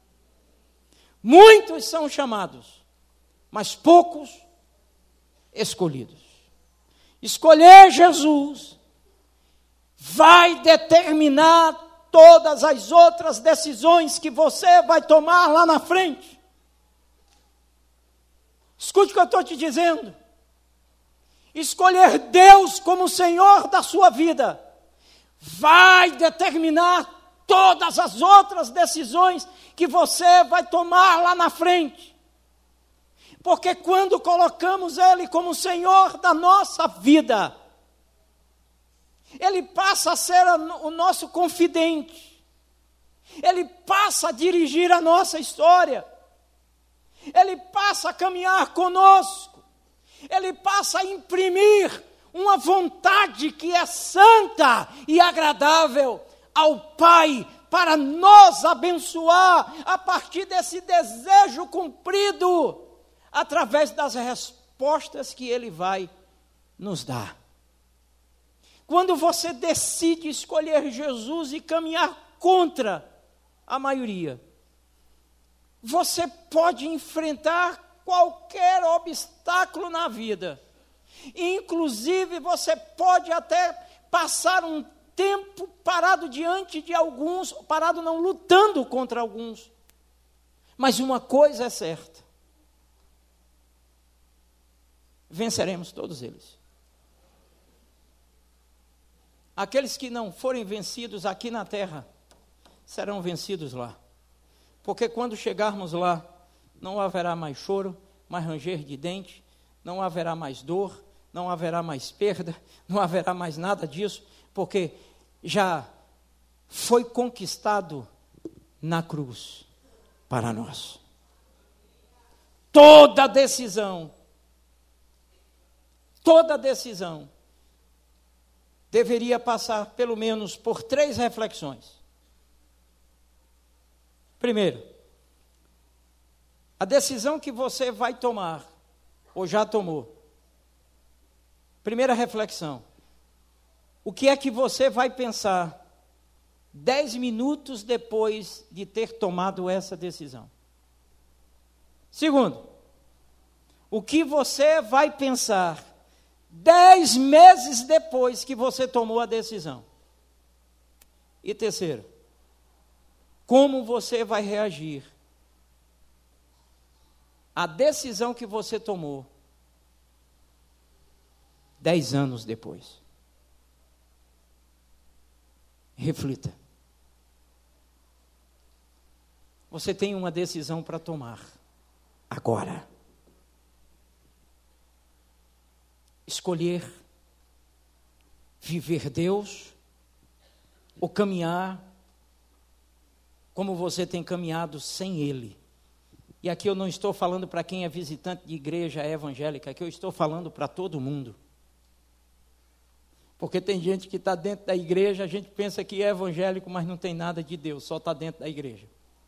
Muitos são chamados, mas poucos escolhidos. Escolher Jesus vai determinar todas as outras decisões que você vai tomar lá na frente. Escute o que eu estou te dizendo. Escolher Deus como Senhor da sua vida vai determinar todas as outras decisões que você vai tomar lá na frente. Porque quando colocamos Ele como Senhor da nossa vida, Ele passa a ser o nosso confidente. Ele passa a dirigir a nossa história. Ele passa a caminhar conosco. Ele passa a imprimir uma vontade que é santa e agradável ao Pai, para nos abençoar a partir desse desejo cumprido, através das respostas que Ele vai nos dar. Quando você decide escolher Jesus e caminhar contra a maioria, você pode enfrentar qualquer obstáculo na vida. Inclusive, você pode até passar um tempo parado diante de alguns, parado não, lutando contra alguns. Mas uma coisa é certa: venceremos todos eles. Aqueles que não forem vencidos aqui na terra, serão vencidos lá. Porque quando chegarmos lá, não haverá mais choro, mais ranger de dente, não haverá mais dor, não haverá mais perda, não haverá mais nada disso, porque já foi conquistado na cruz para nós. Toda decisão deveria passar pelo menos por 3 reflexões. Primeiro, a decisão que você vai tomar, ou já tomou. Primeira reflexão: o que é que você vai pensar 10 minutos depois de ter tomado essa decisão? Segundo, o que você vai pensar 10 meses depois que você tomou a decisão? E terceiro, como você vai reagir à decisão que você tomou 10 anos depois? Reflita. Você tem uma decisão para tomar agora. Escolher viver Deus ou caminhar como você tem caminhado sem Ele. E aqui eu não estou falando para quem é visitante de igreja evangélica, aqui eu estou falando para todo mundo. Porque tem gente que está dentro da igreja, a gente pensa que é evangélico, mas não tem nada de Deus, só está dentro da igreja.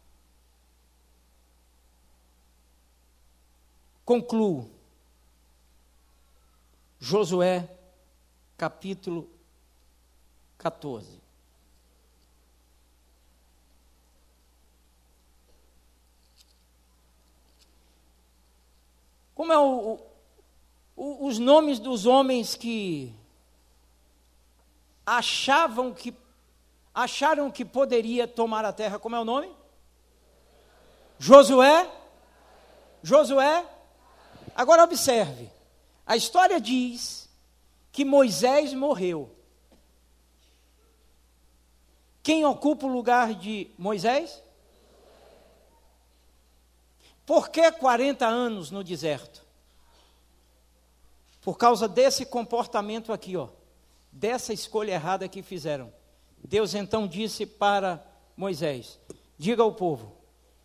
Concluo. Josué, capítulo 14. Como é os nomes dos homens que acharam que poderia tomar a terra? Como é o nome? Josué. Agora observe. A história diz que Moisés morreu. Quem ocupa o lugar de Moisés? Por que 40 anos no deserto? Por causa desse comportamento aqui, dessa escolha errada que fizeram. Deus então disse para Moisés: diga ao povo,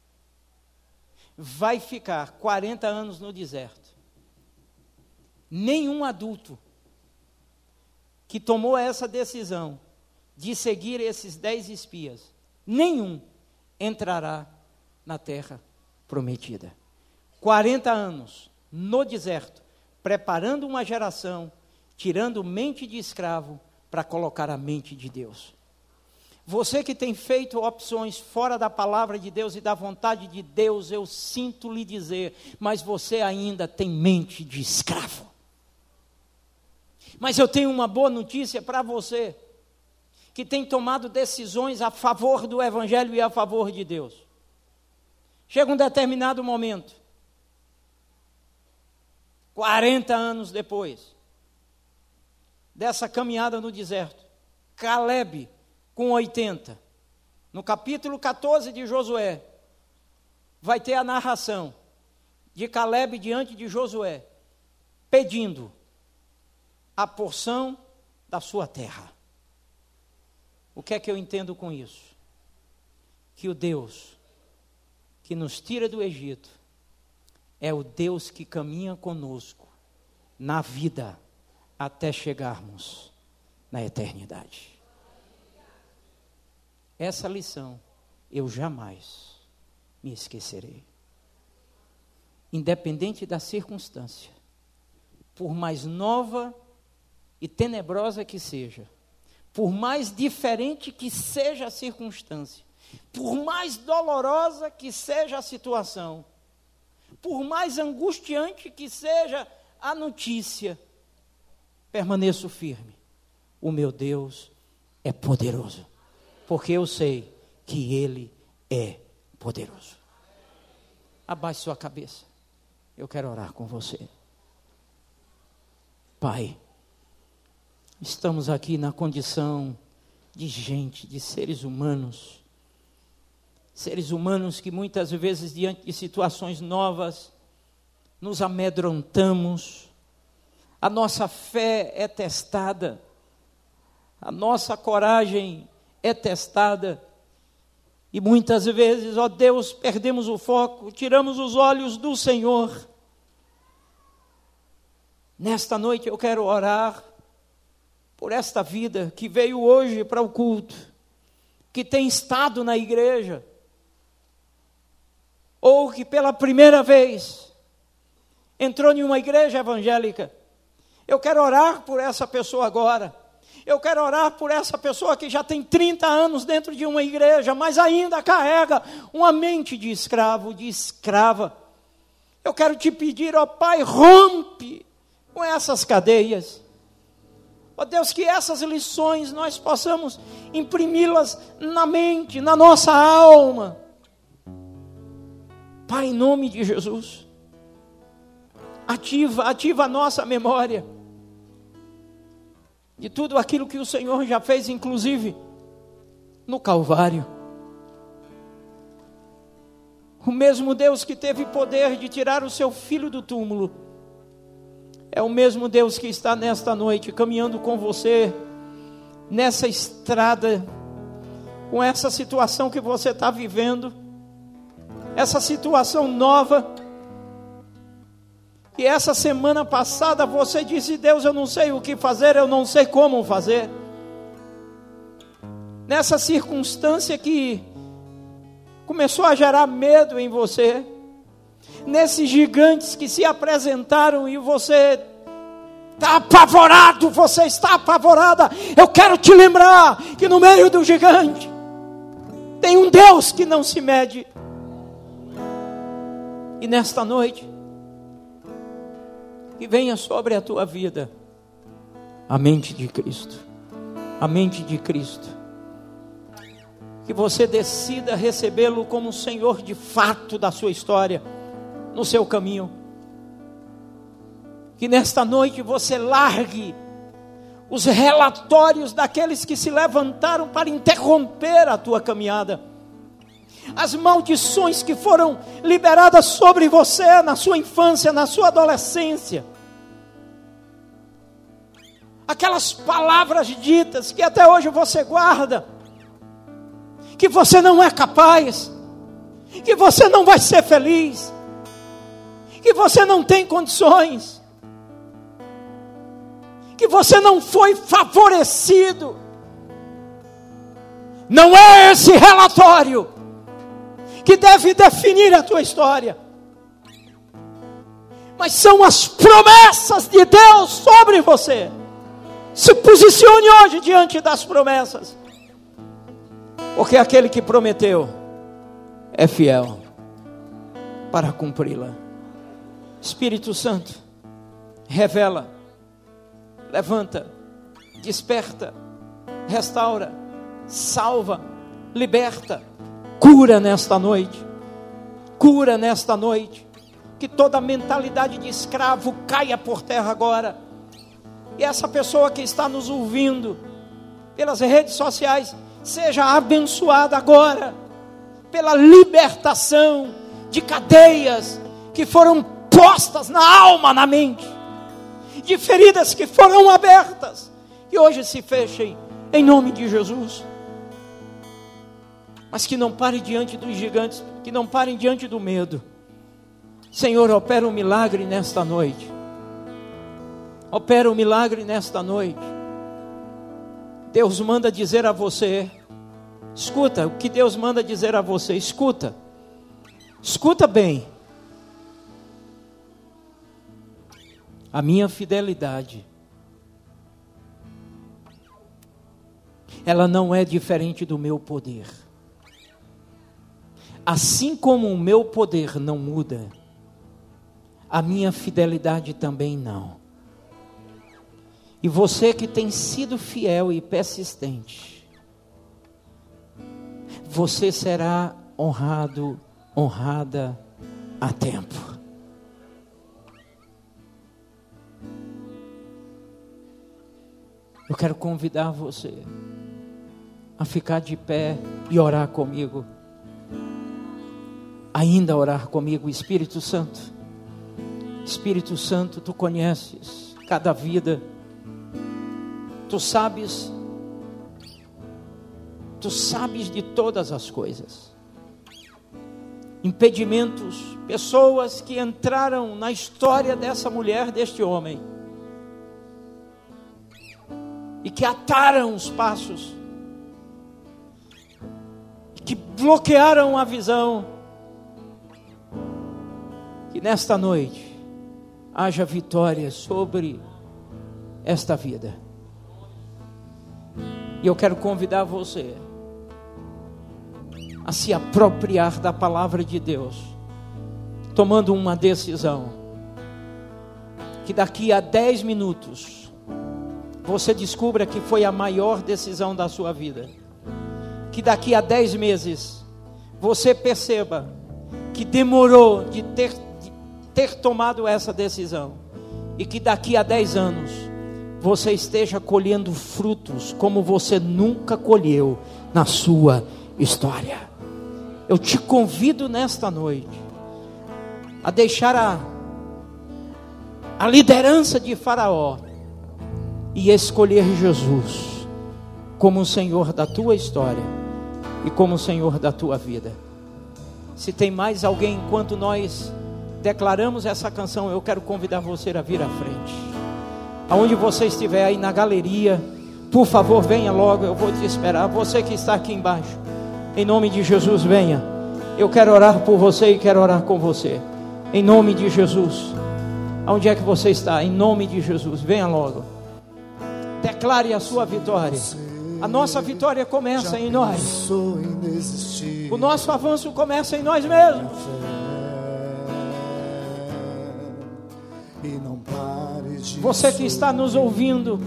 vai ficar 40 anos no deserto. Nenhum adulto que tomou essa decisão de seguir esses 10 espias, nenhum entrará na terra prometida. 40 anos no deserto, preparando uma geração, tirando mente de escravo para colocar a mente de Deus. Você que tem feito opções fora da palavra de Deus e da vontade de Deus, eu sinto lhe dizer, mas você ainda tem mente de escravo. Mas eu tenho uma boa notícia para você, que tem tomado decisões a favor do Evangelho e a favor de Deus. Chega um determinado momento, 40 anos depois dessa caminhada no deserto, Caleb, com 80, no capítulo 14 de Josué, vai ter a narração de Caleb diante de Josué, pedindo a porção da sua terra. O que é que eu entendo com isso? Que o Deus que nos tira do Egito é o Deus que caminha conosco na vida até chegarmos na eternidade. Essa lição eu jamais me esquecerei. Independente da circunstância, por mais nova e tenebrosa que seja, por mais diferente que seja a circunstância, por mais dolorosa que seja a situação, por mais angustiante que seja a notícia, permaneço firme. O meu Deus é poderoso, porque eu sei que Ele é poderoso. Abaixe sua cabeça. Eu quero orar com você. Pai, estamos aqui na condição de gente, de seres humanos que muitas vezes, diante de situações novas, nos amedrontamos, a nossa fé é testada, a nossa coragem é testada, e muitas vezes, ó Deus, perdemos o foco, tiramos os olhos do Senhor. Nesta noite eu quero orar por esta vida que veio hoje para o culto, que tem estado na igreja, ou que pela primeira vez entrou em uma igreja evangélica. Eu quero orar por essa pessoa agora. Eu quero orar por essa pessoa que já tem 30 anos dentro de uma igreja, mas ainda carrega uma mente de escravo, de escrava. Eu quero te pedir, ó Pai, rompe com essas cadeias. Ó Deus, que essas lições nós possamos imprimi-las na mente, na nossa alma. Pai, em nome de Jesus, ativa a nossa memória de tudo aquilo que o Senhor já fez, inclusive no Calvário. O mesmo Deus que teve poder de tirar o seu filho do túmulo, é o mesmo Deus que está nesta noite caminhando com você, nessa estrada, com essa situação que você está vivendo, essa situação nova. E essa semana passada você disse: Deus, eu não sei o que fazer, eu não sei como fazer. Nessa circunstância que começou a gerar medo em você, nesses gigantes que se apresentaram e você está apavorado, você está apavorada, eu quero te lembrar que no meio do gigante tem um Deus que não se mede. E nesta noite, que venha sobre a tua vida a mente de Cristo, a mente de Cristo, que você decida recebê-lo como Senhor de fato da sua história, no seu caminho, que nesta noite você largue os relatórios daqueles que se levantaram para interromper a tua caminhada, as maldições que foram liberadas sobre você na sua infância, na sua adolescência, aquelas palavras ditas que até hoje você guarda, que você não é capaz, que você não vai ser feliz, que você não tem condições, que você não foi favorecido. Não é esse relatório que deve definir a tua história, mas são as promessas de Deus sobre você. Se posicione hoje diante das promessas, porque aquele que prometeu é fiel para cumpri-la. Espírito Santo, revela, levanta, desperta, restaura, salva, liberta, cura nesta noite, que toda mentalidade de escravo caia por terra agora. E essa pessoa que está nos ouvindo pelas redes sociais, seja abençoada agora, pela libertação de cadeias que foram postas na alma, na mente, de feridas que foram abertas, que hoje se fechem, em nome de Jesus. Mas que não parem diante dos gigantes, que não parem diante do medo. Senhor, opera um milagre nesta noite. Opera o milagre nesta noite. Deus manda dizer a você, escuta, o que Deus manda dizer a você, escuta bem. A minha fidelidade, ela não é diferente do meu poder. Assim como o meu poder não muda, a minha fidelidade também não. E você que tem sido fiel e persistente, você será honrado, honrada a tempo. Eu quero convidar você a ficar de pé e orar comigo. Ainda orar comigo, Espírito Santo. Espírito Santo, tu conheces cada vida. Tu sabes de todas as coisas. Impedimentos, pessoas que entraram na história dessa mulher, deste homem, e que ataram os passos, que bloquearam a visão. Que nesta noite haja vitória sobre esta vida. E eu quero convidar você a se apropriar da palavra de Deus, tomando uma decisão, que daqui a 10 minutos, você descubra que foi a maior decisão da sua vida, que daqui a 10 meses, você perceba que demorou de ter tomado essa decisão, e que daqui a 10 anos, você esteja colhendo frutos como você nunca colheu na sua história. Eu te convido nesta noite a deixar a liderança de Faraó e escolher Jesus como o Senhor da tua história e como o Senhor da tua vida. Se tem mais alguém, enquanto nós declaramos essa canção, eu quero convidar você a vir à frente. Aonde você estiver aí na galeria, por favor, venha logo, eu vou te esperar. Você que está aqui embaixo, em nome de Jesus, venha. Eu quero orar por você e quero orar com você. Em nome de Jesus. Aonde é que você está? Em nome de Jesus, venha logo. Declare a sua vitória. A nossa vitória começa em nós. O nosso avanço começa em nós mesmos. Você que está nos ouvindo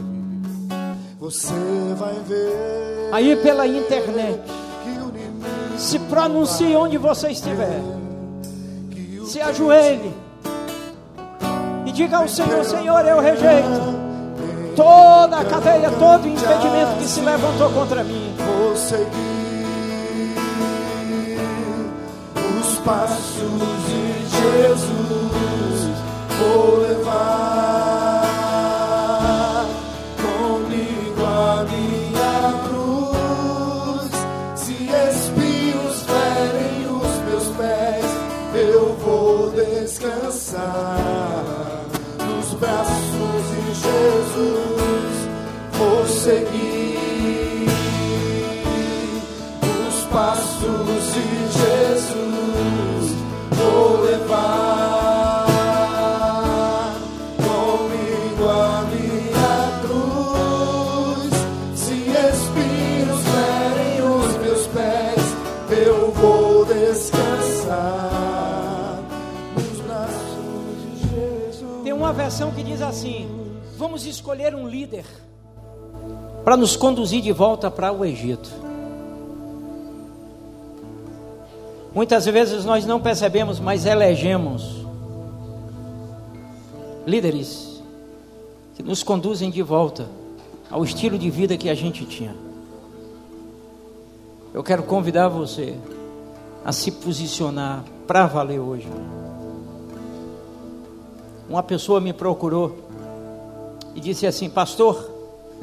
aí pela internet, se pronuncie onde você estiver, se ajoelhe e diga ao Senhor: Senhor, eu rejeito toda a cadeia, todo impedimento que se levantou contra mim. Vou seguir os passos de Jesus, vou levar comigo a minha cruz. Se espinhos ferem os meus pés, eu vou descansar nos braços de Jesus. Vou seguir os passos de Jesus, vou levar comigo a minha cruz. Se espinhos ferem os meus pés, eu vou descansar nos braços de Jesus. Tem uma versão que diz assim: vamos escolher um líder para nos conduzir de volta para o Egito. Muitas vezes nós não percebemos, mas elegemos líderes que nos conduzem de volta ao estilo de vida que a gente tinha. Eu quero convidar você a se posicionar para valer hoje. Uma pessoa me procurou e disse assim: pastor,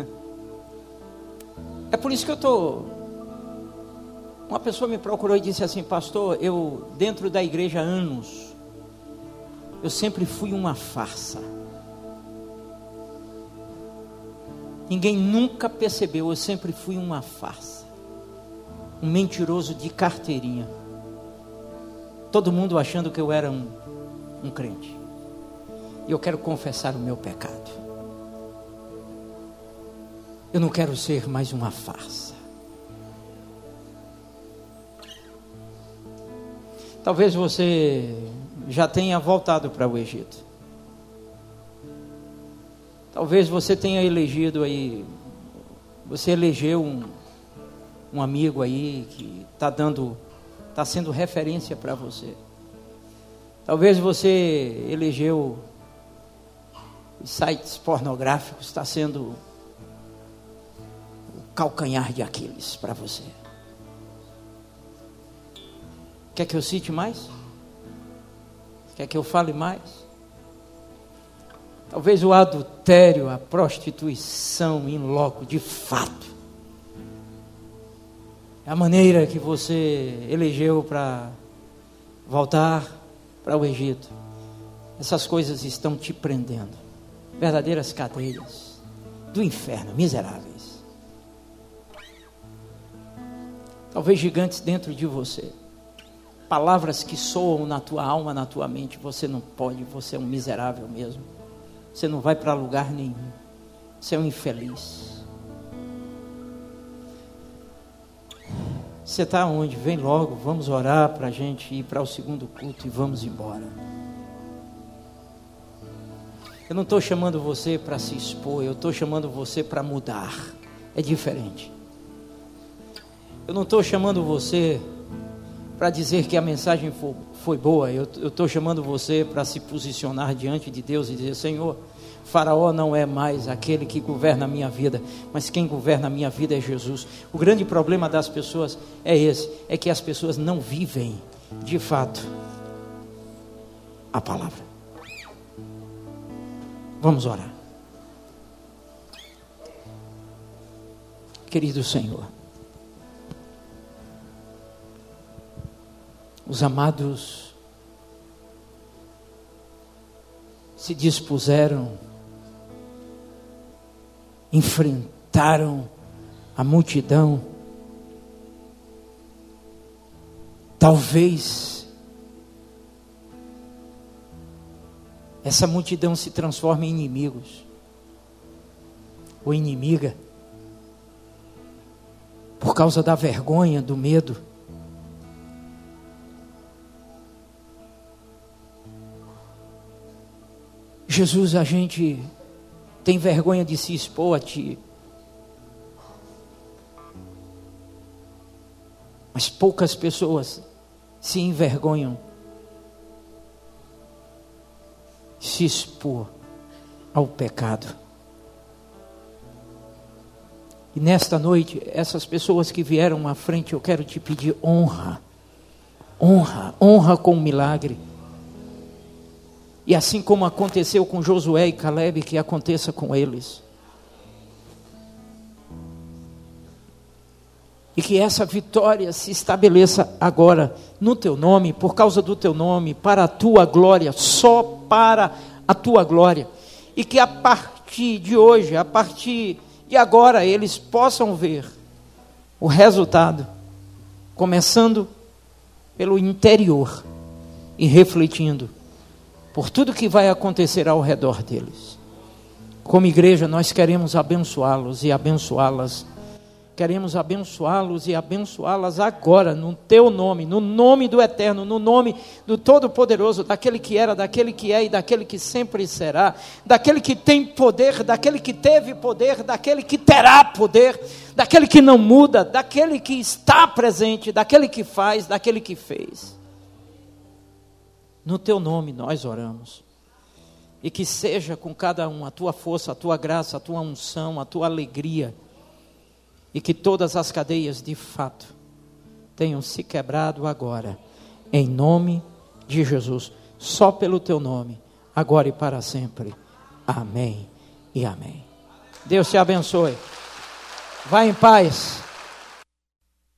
é por isso que eu estou... Uma pessoa me procurou e disse assim: pastor, eu dentro da igreja há anos, eu sempre fui uma farsa. Ninguém nunca percebeu, eu sempre fui uma farsa, um mentiroso de carteirinha. Todo mundo achando que eu era um crente. E eu quero confessar o meu pecado. Eu não quero ser mais uma farsa. Talvez você já tenha voltado para o Egito. Talvez você tenha elegido aí, você elegeu um amigo aí que está sendo referência para você. Talvez você elegeu os sites pornográficos, está sendo o calcanhar de Aquiles para você. Quer que eu cite mais? Quer que eu fale mais? Talvez o adultério, a prostituição em loco, de fato, é a maneira que você elegeu para voltar para o Egito. Essas coisas estão te prendendo. Verdadeiras cadeias do inferno, miseráveis. Talvez gigantes dentro de você. Palavras que soam na tua alma, na tua mente. Você não pode, você é um miserável mesmo. Você não vai para lugar nenhum. Você é um infeliz. Você está onde? Vem logo, vamos orar para a gente ir para o segundo culto e vamos embora. Eu não estou chamando você para se expor, eu estou chamando você para mudar. É diferente. Eu não estou chamando você para dizer que a mensagem foi boa. Eu estou chamando você para se posicionar diante de Deus e dizer: Senhor, Faraó não é mais aquele que governa a minha vida, mas quem governa a minha vida é Jesus. O grande problema das pessoas é esse, é que as pessoas não vivem de fato a palavra. Vamos orar. Querido Senhor, os amados se dispuseram, enfrentaram a multidão. Talvez essa multidão se transforme em inimigos ou inimiga por causa da vergonha, do medo. Jesus, a gente tem vergonha de se expor a Ti. Mas poucas pessoas se envergonham de se expor ao pecado. E nesta noite, essas pessoas que vieram à frente, eu quero te pedir honra. Honra com o milagre. E assim como aconteceu com Josué e Caleb, que aconteça com eles. E que essa vitória se estabeleça agora no Teu nome, por causa do Teu nome, para a Tua glória, só para a Tua glória. E que a partir de hoje, a partir de agora, eles possam ver o resultado, começando pelo interior e refletindo por tudo que vai acontecer ao redor deles. Como igreja, nós queremos abençoá-los e abençoá-las. Queremos abençoá-los e abençoá-las agora, no Teu nome, no nome do Eterno, no nome do Todo-Poderoso, daquele que era, daquele que é e daquele que sempre será, daquele que tem poder, daquele que teve poder, daquele que terá poder, daquele que não muda, daquele que está presente, daquele que faz, daquele que fez. No Teu nome nós oramos. E que seja com cada um a Tua força, a Tua graça, a Tua unção, a Tua alegria. E que todas as cadeias de fato tenham se quebrado agora. Em nome de Jesus. Só pelo Teu nome. Agora e para sempre. Amém e amém. Deus te abençoe. Vá em paz.